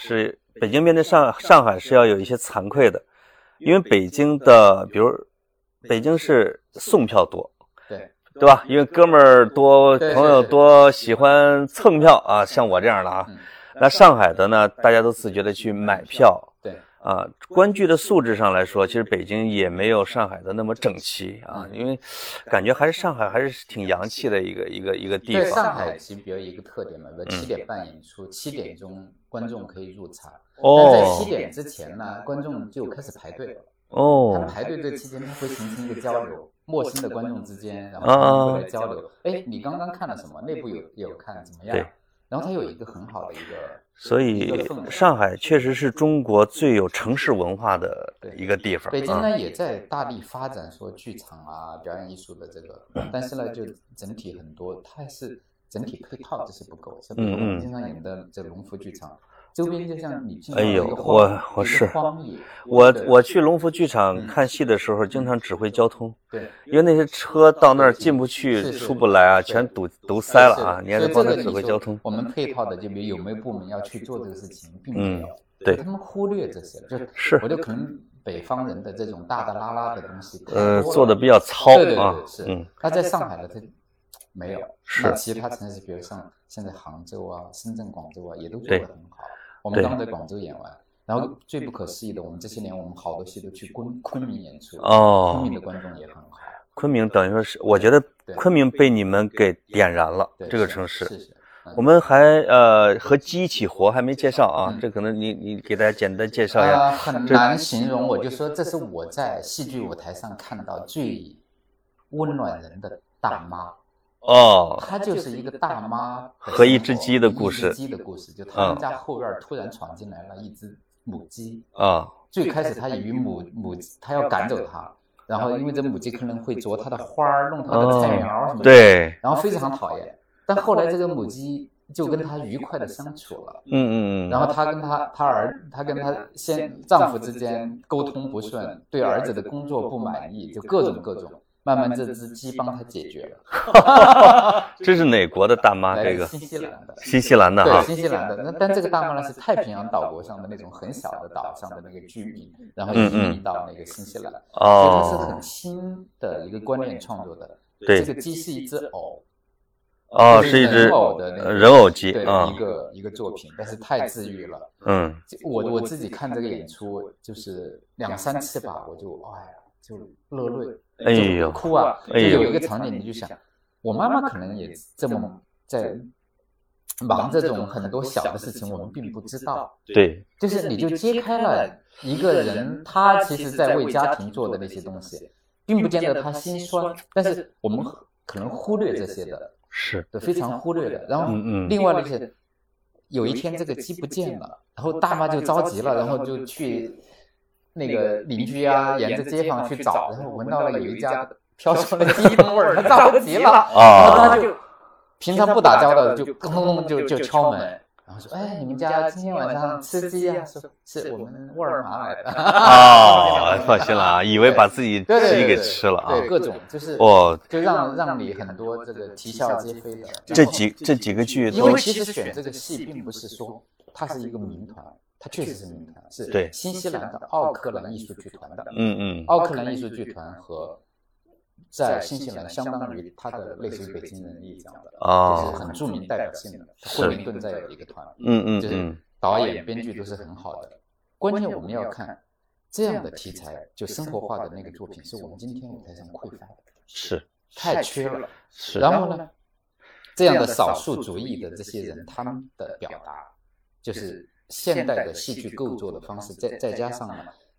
上海是要有一些惭愧的，因为北京的，比如北京是送票多，对吧？因为哥们儿多，朋友多，喜欢蹭票啊，像我这样的啊。那上海的呢，大家都自觉的去买票。 对啊，观剧的素质上来说，其实北京也没有上海的那么整齐啊，因为感觉还是上海还是挺洋气的一个地方。 对，上海其实比较一个特点嘛，比如7点半演出，7点钟观众可以入场，但在7点之前呢，观众就开始排队了。他们排队这期间会形成一个交流，陌生的观众之间，然后他们会来交流。你刚刚看了什么？内部有看怎么样？然后它有一个很好的一个， 所以上海确实是中国最有城市文化的一个地方。 北京呢也在大力发展说剧场啊、表演艺术的这个，但是呢就整体很多，它是整体配套这是不够。像比如我们经常演的这龙福剧场。周边就像你进一个荒野， 我去龙福剧场看戏的时候，经常指挥交通， 对， 因为那些车到那儿进不去、出不来啊，全堵塞了啊，你还得帮他指挥交通。 我们配套的就比如有没有部门要去做这个事情，并没有，对，他们忽略这些，就是我就可能北方人的这种大大拉拉的东西， 做的比较糙啊，是，那在上海呢，它没有，那其他城市，比如像现在杭州啊、深圳、广州啊，也都做得很好。我们刚在广州演完，然后最不可思议的，我们这些年我们好多戏都去昆明演出，昆明的观众也很好。 昆明等于说是，我觉得昆明被你们给点燃了，这个城市。我们还和鸡一起活还没介绍啊，这可能你给大家简单介绍一下。 很难形容，我就说这是我在戏剧舞台上看到最温暖人的大妈。她就是一个大妈和一只鸡的故事。 就他们家后院突然闯进来了一只母鸡最开始他以为母他要赶走它，然后因为这母鸡可能会啄它的花儿，弄它的菜苗什么的， 对， 然后非常讨厌。但后来这个母鸡就跟他愉快的相处了，然后他跟他丈夫之间沟通不顺，对儿子的工作不满意，就各种。慢慢这只鸡帮他解决了。 这是哪国的大妈？这个新西兰的。 新西兰的对，新西兰的。但这个大妈呢是太平洋岛国上的那种很小的岛上的那个居民，然后移民到那个新西兰。所以它是很新的一个观念创作的。 对， 这个鸡是一只偶。 是一只人偶鸡。 对，一个作品，但是太治愈了。我自己看这个演出就是2-3次吧，我就就落泪，就哭啊！就有一个场景，你就想，我妈妈可能也这么在忙这种很多小的事情，我们并不知道。 对， 就是你就揭开了一个人，他其实在为家庭做的那些东西，并不见得他心酸，但是我们可能忽略这些的， 是非常忽略的。然后另外那些，有一天这个鸡不见了，然后大妈就着急了，然后就去。那个邻居啊，沿着街坊去找，然后闻到了有一家飘出了鸡汤味儿，他着急了，然后他就平常不打交道的就咚就敲门，然后说：“哎，你们家今天晚上吃鸡啊？”说：“是我们沃尔玛买的。” 放心了啊，以为把自己鸡给吃了啊。 对，各种就是就让你很多这个啼笑皆非的。 这几个剧， 因为其实选这个戏并不是说它是一个民团。它确实是民团，是新西兰的奥克兰艺术剧团的。奥克兰艺术剧团和在新西兰相当于它的类似于北京人艺这样的，就是很著名代表性的。惠灵顿再有一个团，就是导演编剧都是很好的。关键我们要看这样的题材，就生活化的那个作品，是我们今天舞台上匮乏的， 是太缺了。然后呢，这样的少数族裔的这些人，他们的表达就是。现代的戏剧构作的方式，再加上呢，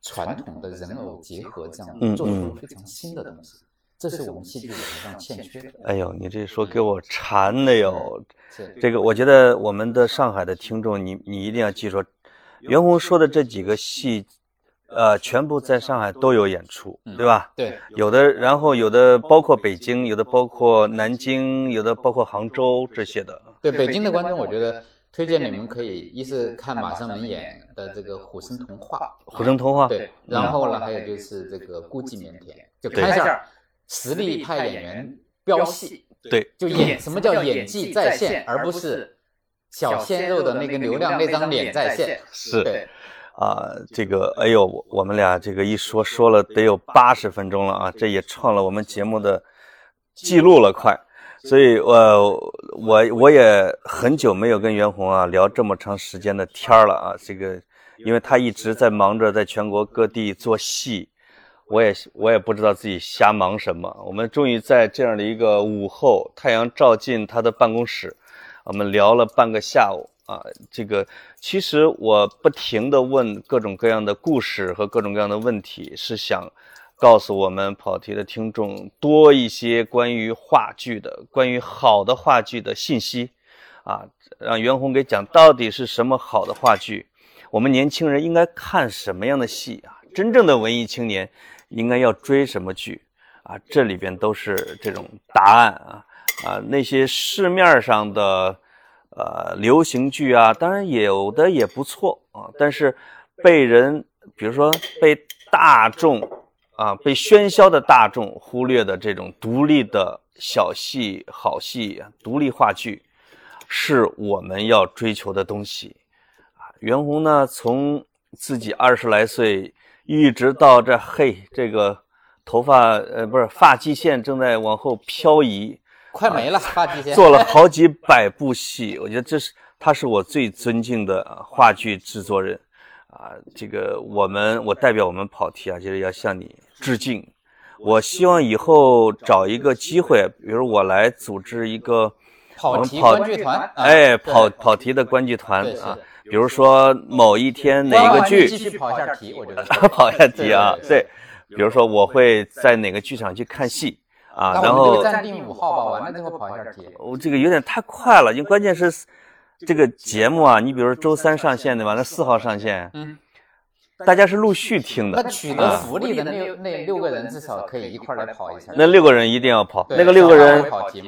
传统的人偶结合，这样做出非常新的东西。这是我们戏剧舞台上欠缺的。 哎呦，你这说给我馋的哟！这个我觉得我们的上海的听众，你一定要记住，袁弘说的这几个戏，全部在上海都有演出，对吧？ 对， 有的，然后有的包括北京，有的包括南京，有的包括杭州这些的。 对，北京的观众，我觉得推荐你们可以一是看马胜文演的这个《虎生童话》， 虎生童话， 对，然后呢，还有就是这个孤寂腼腆，就看一下实力派演员飙戏， 对， 就什么叫演技在线，而不是小鲜肉的那个流量那张脸在线， 是，对。这个哎呦，我们俩这个一说了得有80分钟了啊，这也创了我们节目的记录了快。所以我也很久没有跟袁弘聊这么长时间的天了啊。这个因为他一直在忙着在全国各地做戏，我也不知道自己瞎忙什么。我们终于在这样的一个午后，太阳照进他的办公室，我们聊了半个下午啊。这个其实我不停地问各种各样的故事和各种各样的问题，是想告诉我们跑题的听众多一些关于话剧的，关于好的话剧的信息啊，让袁弘给讲到底是什么好的话剧，我们年轻人应该看什么样的戏啊，真正的文艺青年应该要追什么剧啊，这里边都是这种答案啊。那些市面上的流行剧啊，当然有的也不错啊，但是被人比如说被大众被喧嚣的大众忽略的这种独立的小戏好戏独立话剧，是我们要追求的东西袁弘呢，从自己20来岁一直到这个头发不是发际线正在往后漂移， 快没了，发际线做了好几百部戏，我觉得他是我最尊敬的话剧制作人这个我代表我们跑题就是要向你致敬。我希望以后找一个机会，比如我来组织一个跑题观剧团， 跑题的观剧团比如说某一天哪个剧继续跑一下题，我觉得跑一下题对，比如说我会在哪个剧场去看戏然后暂定5号吧，完了之后跑一下题。 这个有点太快了，因为关键是这个节目你比如说周3上线对吧？那4号上线，大家是陆续听的。 那取得福利的那6个人至少可以一块来跑一下。 那6个人一定要跑，那个6个人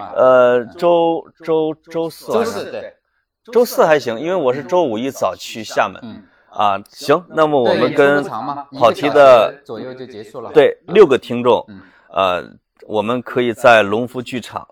周四对， 周4还行，因为我是周5一早去厦门。行，那么我们跟跑题的左右就结束了。 对，6个听众，我们可以在龙福剧场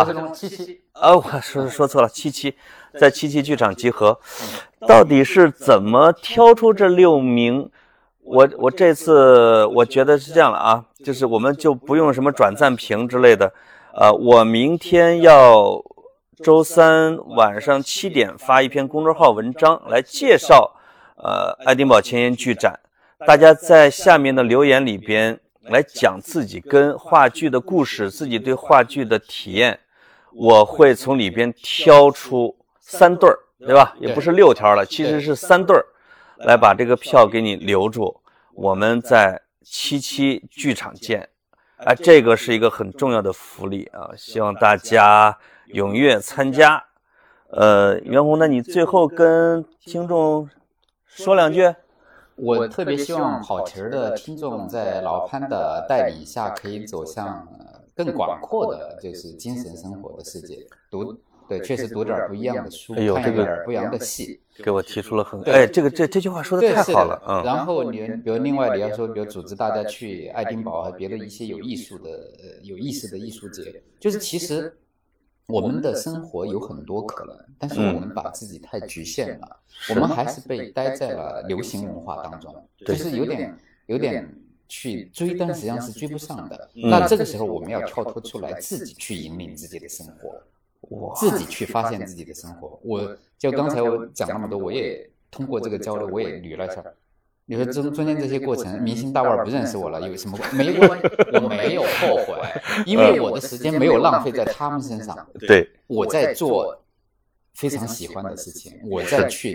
77 我说错了，77在77剧场集合。到底是怎么挑出这6名？我这次我觉得是这样了就是我们就不用什么转赞评之类的。我明天要周3晚上7点发一篇公众号文章来介绍爱丁堡前沿剧展，大家在下面的留言里边来讲自己跟话剧的故事，自己对话剧的体验，我会从里边挑出3对儿，对吧？也不是6条了，其实是3对儿，来把这个票给你留住。我们在77剧场见。这个是一个很重要的福利希望大家踊跃参加。袁弘，那你最后跟听众说2句。 我特别希望跑题的听众在老潘的带领下可以走向更广阔的就是精神生活的世界，确实读点不一样的书，看一点不一样的戏， 给我提出了这句话说的太好了。 然后比如另外你要说，比如组织大家去爱丁堡和别的一些有意思的艺术节，就是其实我们的生活有很多可能，但是我们把自己太局限了，我们还是被待在了流行文化当中，就是有点去追，但实际上是追不上的。那这个时候我们要跳脱出来，自己去引领自己的生活，自己去发现自己的生活。我就刚才我讲那么多，我也通过这个交流，我也捋了一下。你说中间这些过程，明星大腕不认识我了，有什么没关系？我没有后悔，因为我的时间没有浪费在他们身上。 对， 我在做非常喜欢的事情，我在去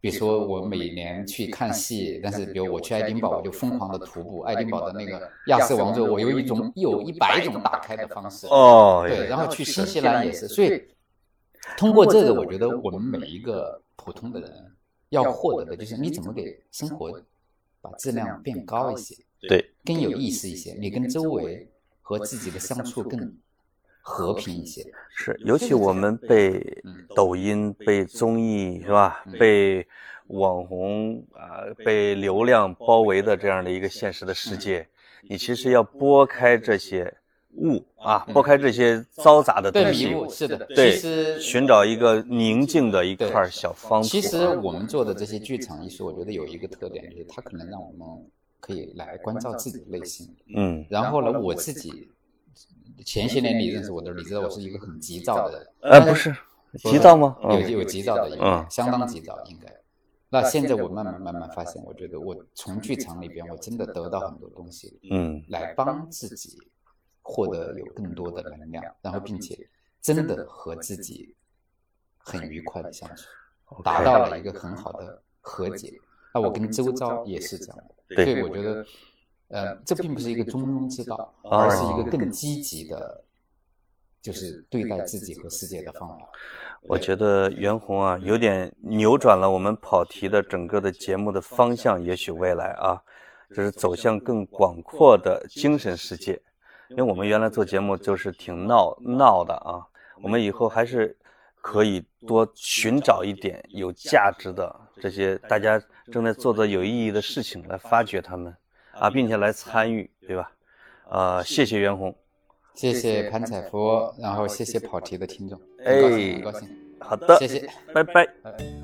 比如说我每年去看戏，但是比如我去爱丁堡，我就疯狂的徒步，爱丁堡的那个亚瑟王座，我有100种打开的方式。对，然后去新西兰也是，所以通过这个，我觉得我们每一个普通的人要获得的就是你怎么给生活把质量变高一些， 对， 更有意思一些，你跟周围和自己的相处更和平一些。 是，尤其我们被抖音、被综艺是吧，被网红被流量包围的这样的一个现实的世界，你其实要拨开这些拨开这些嘈杂的东西， 是的， 对， 其实寻找一个宁静的一块小方土。 其实我们做的这些剧场艺术，我觉得有一个特点，就是它可能让我们可以来关照自己的内心。然后呢，我自己前些年你认识我的，你知道我是一个很急躁的人。不是急躁吗？ 有急躁的，相当急躁应该。那现在我慢慢发现，我觉得我从剧场里边，我真的得到很多东西，来帮自己获得有更多的能量，然后并且真的和自己很愉快的相处，达到了一个很好的和解。那我跟周遭也是这样的，所以我觉得这并不是一个中庸之道，而是一个更积极的就是对待自己和世界的方法。 我觉得袁弘有点扭转了我们跑题的整个的节目的方向，也许未来就是走向更广阔的精神世界。因为我们原来做节目就是挺闹的我们以后还是可以多寻找一点有价值的这些大家正在做的有意义的事情，来发掘他们并且来参与，对吧？谢谢袁弘， 谢谢潘采夫，然后谢谢跑题的听众，很高兴。 好的， 谢谢， 拜拜。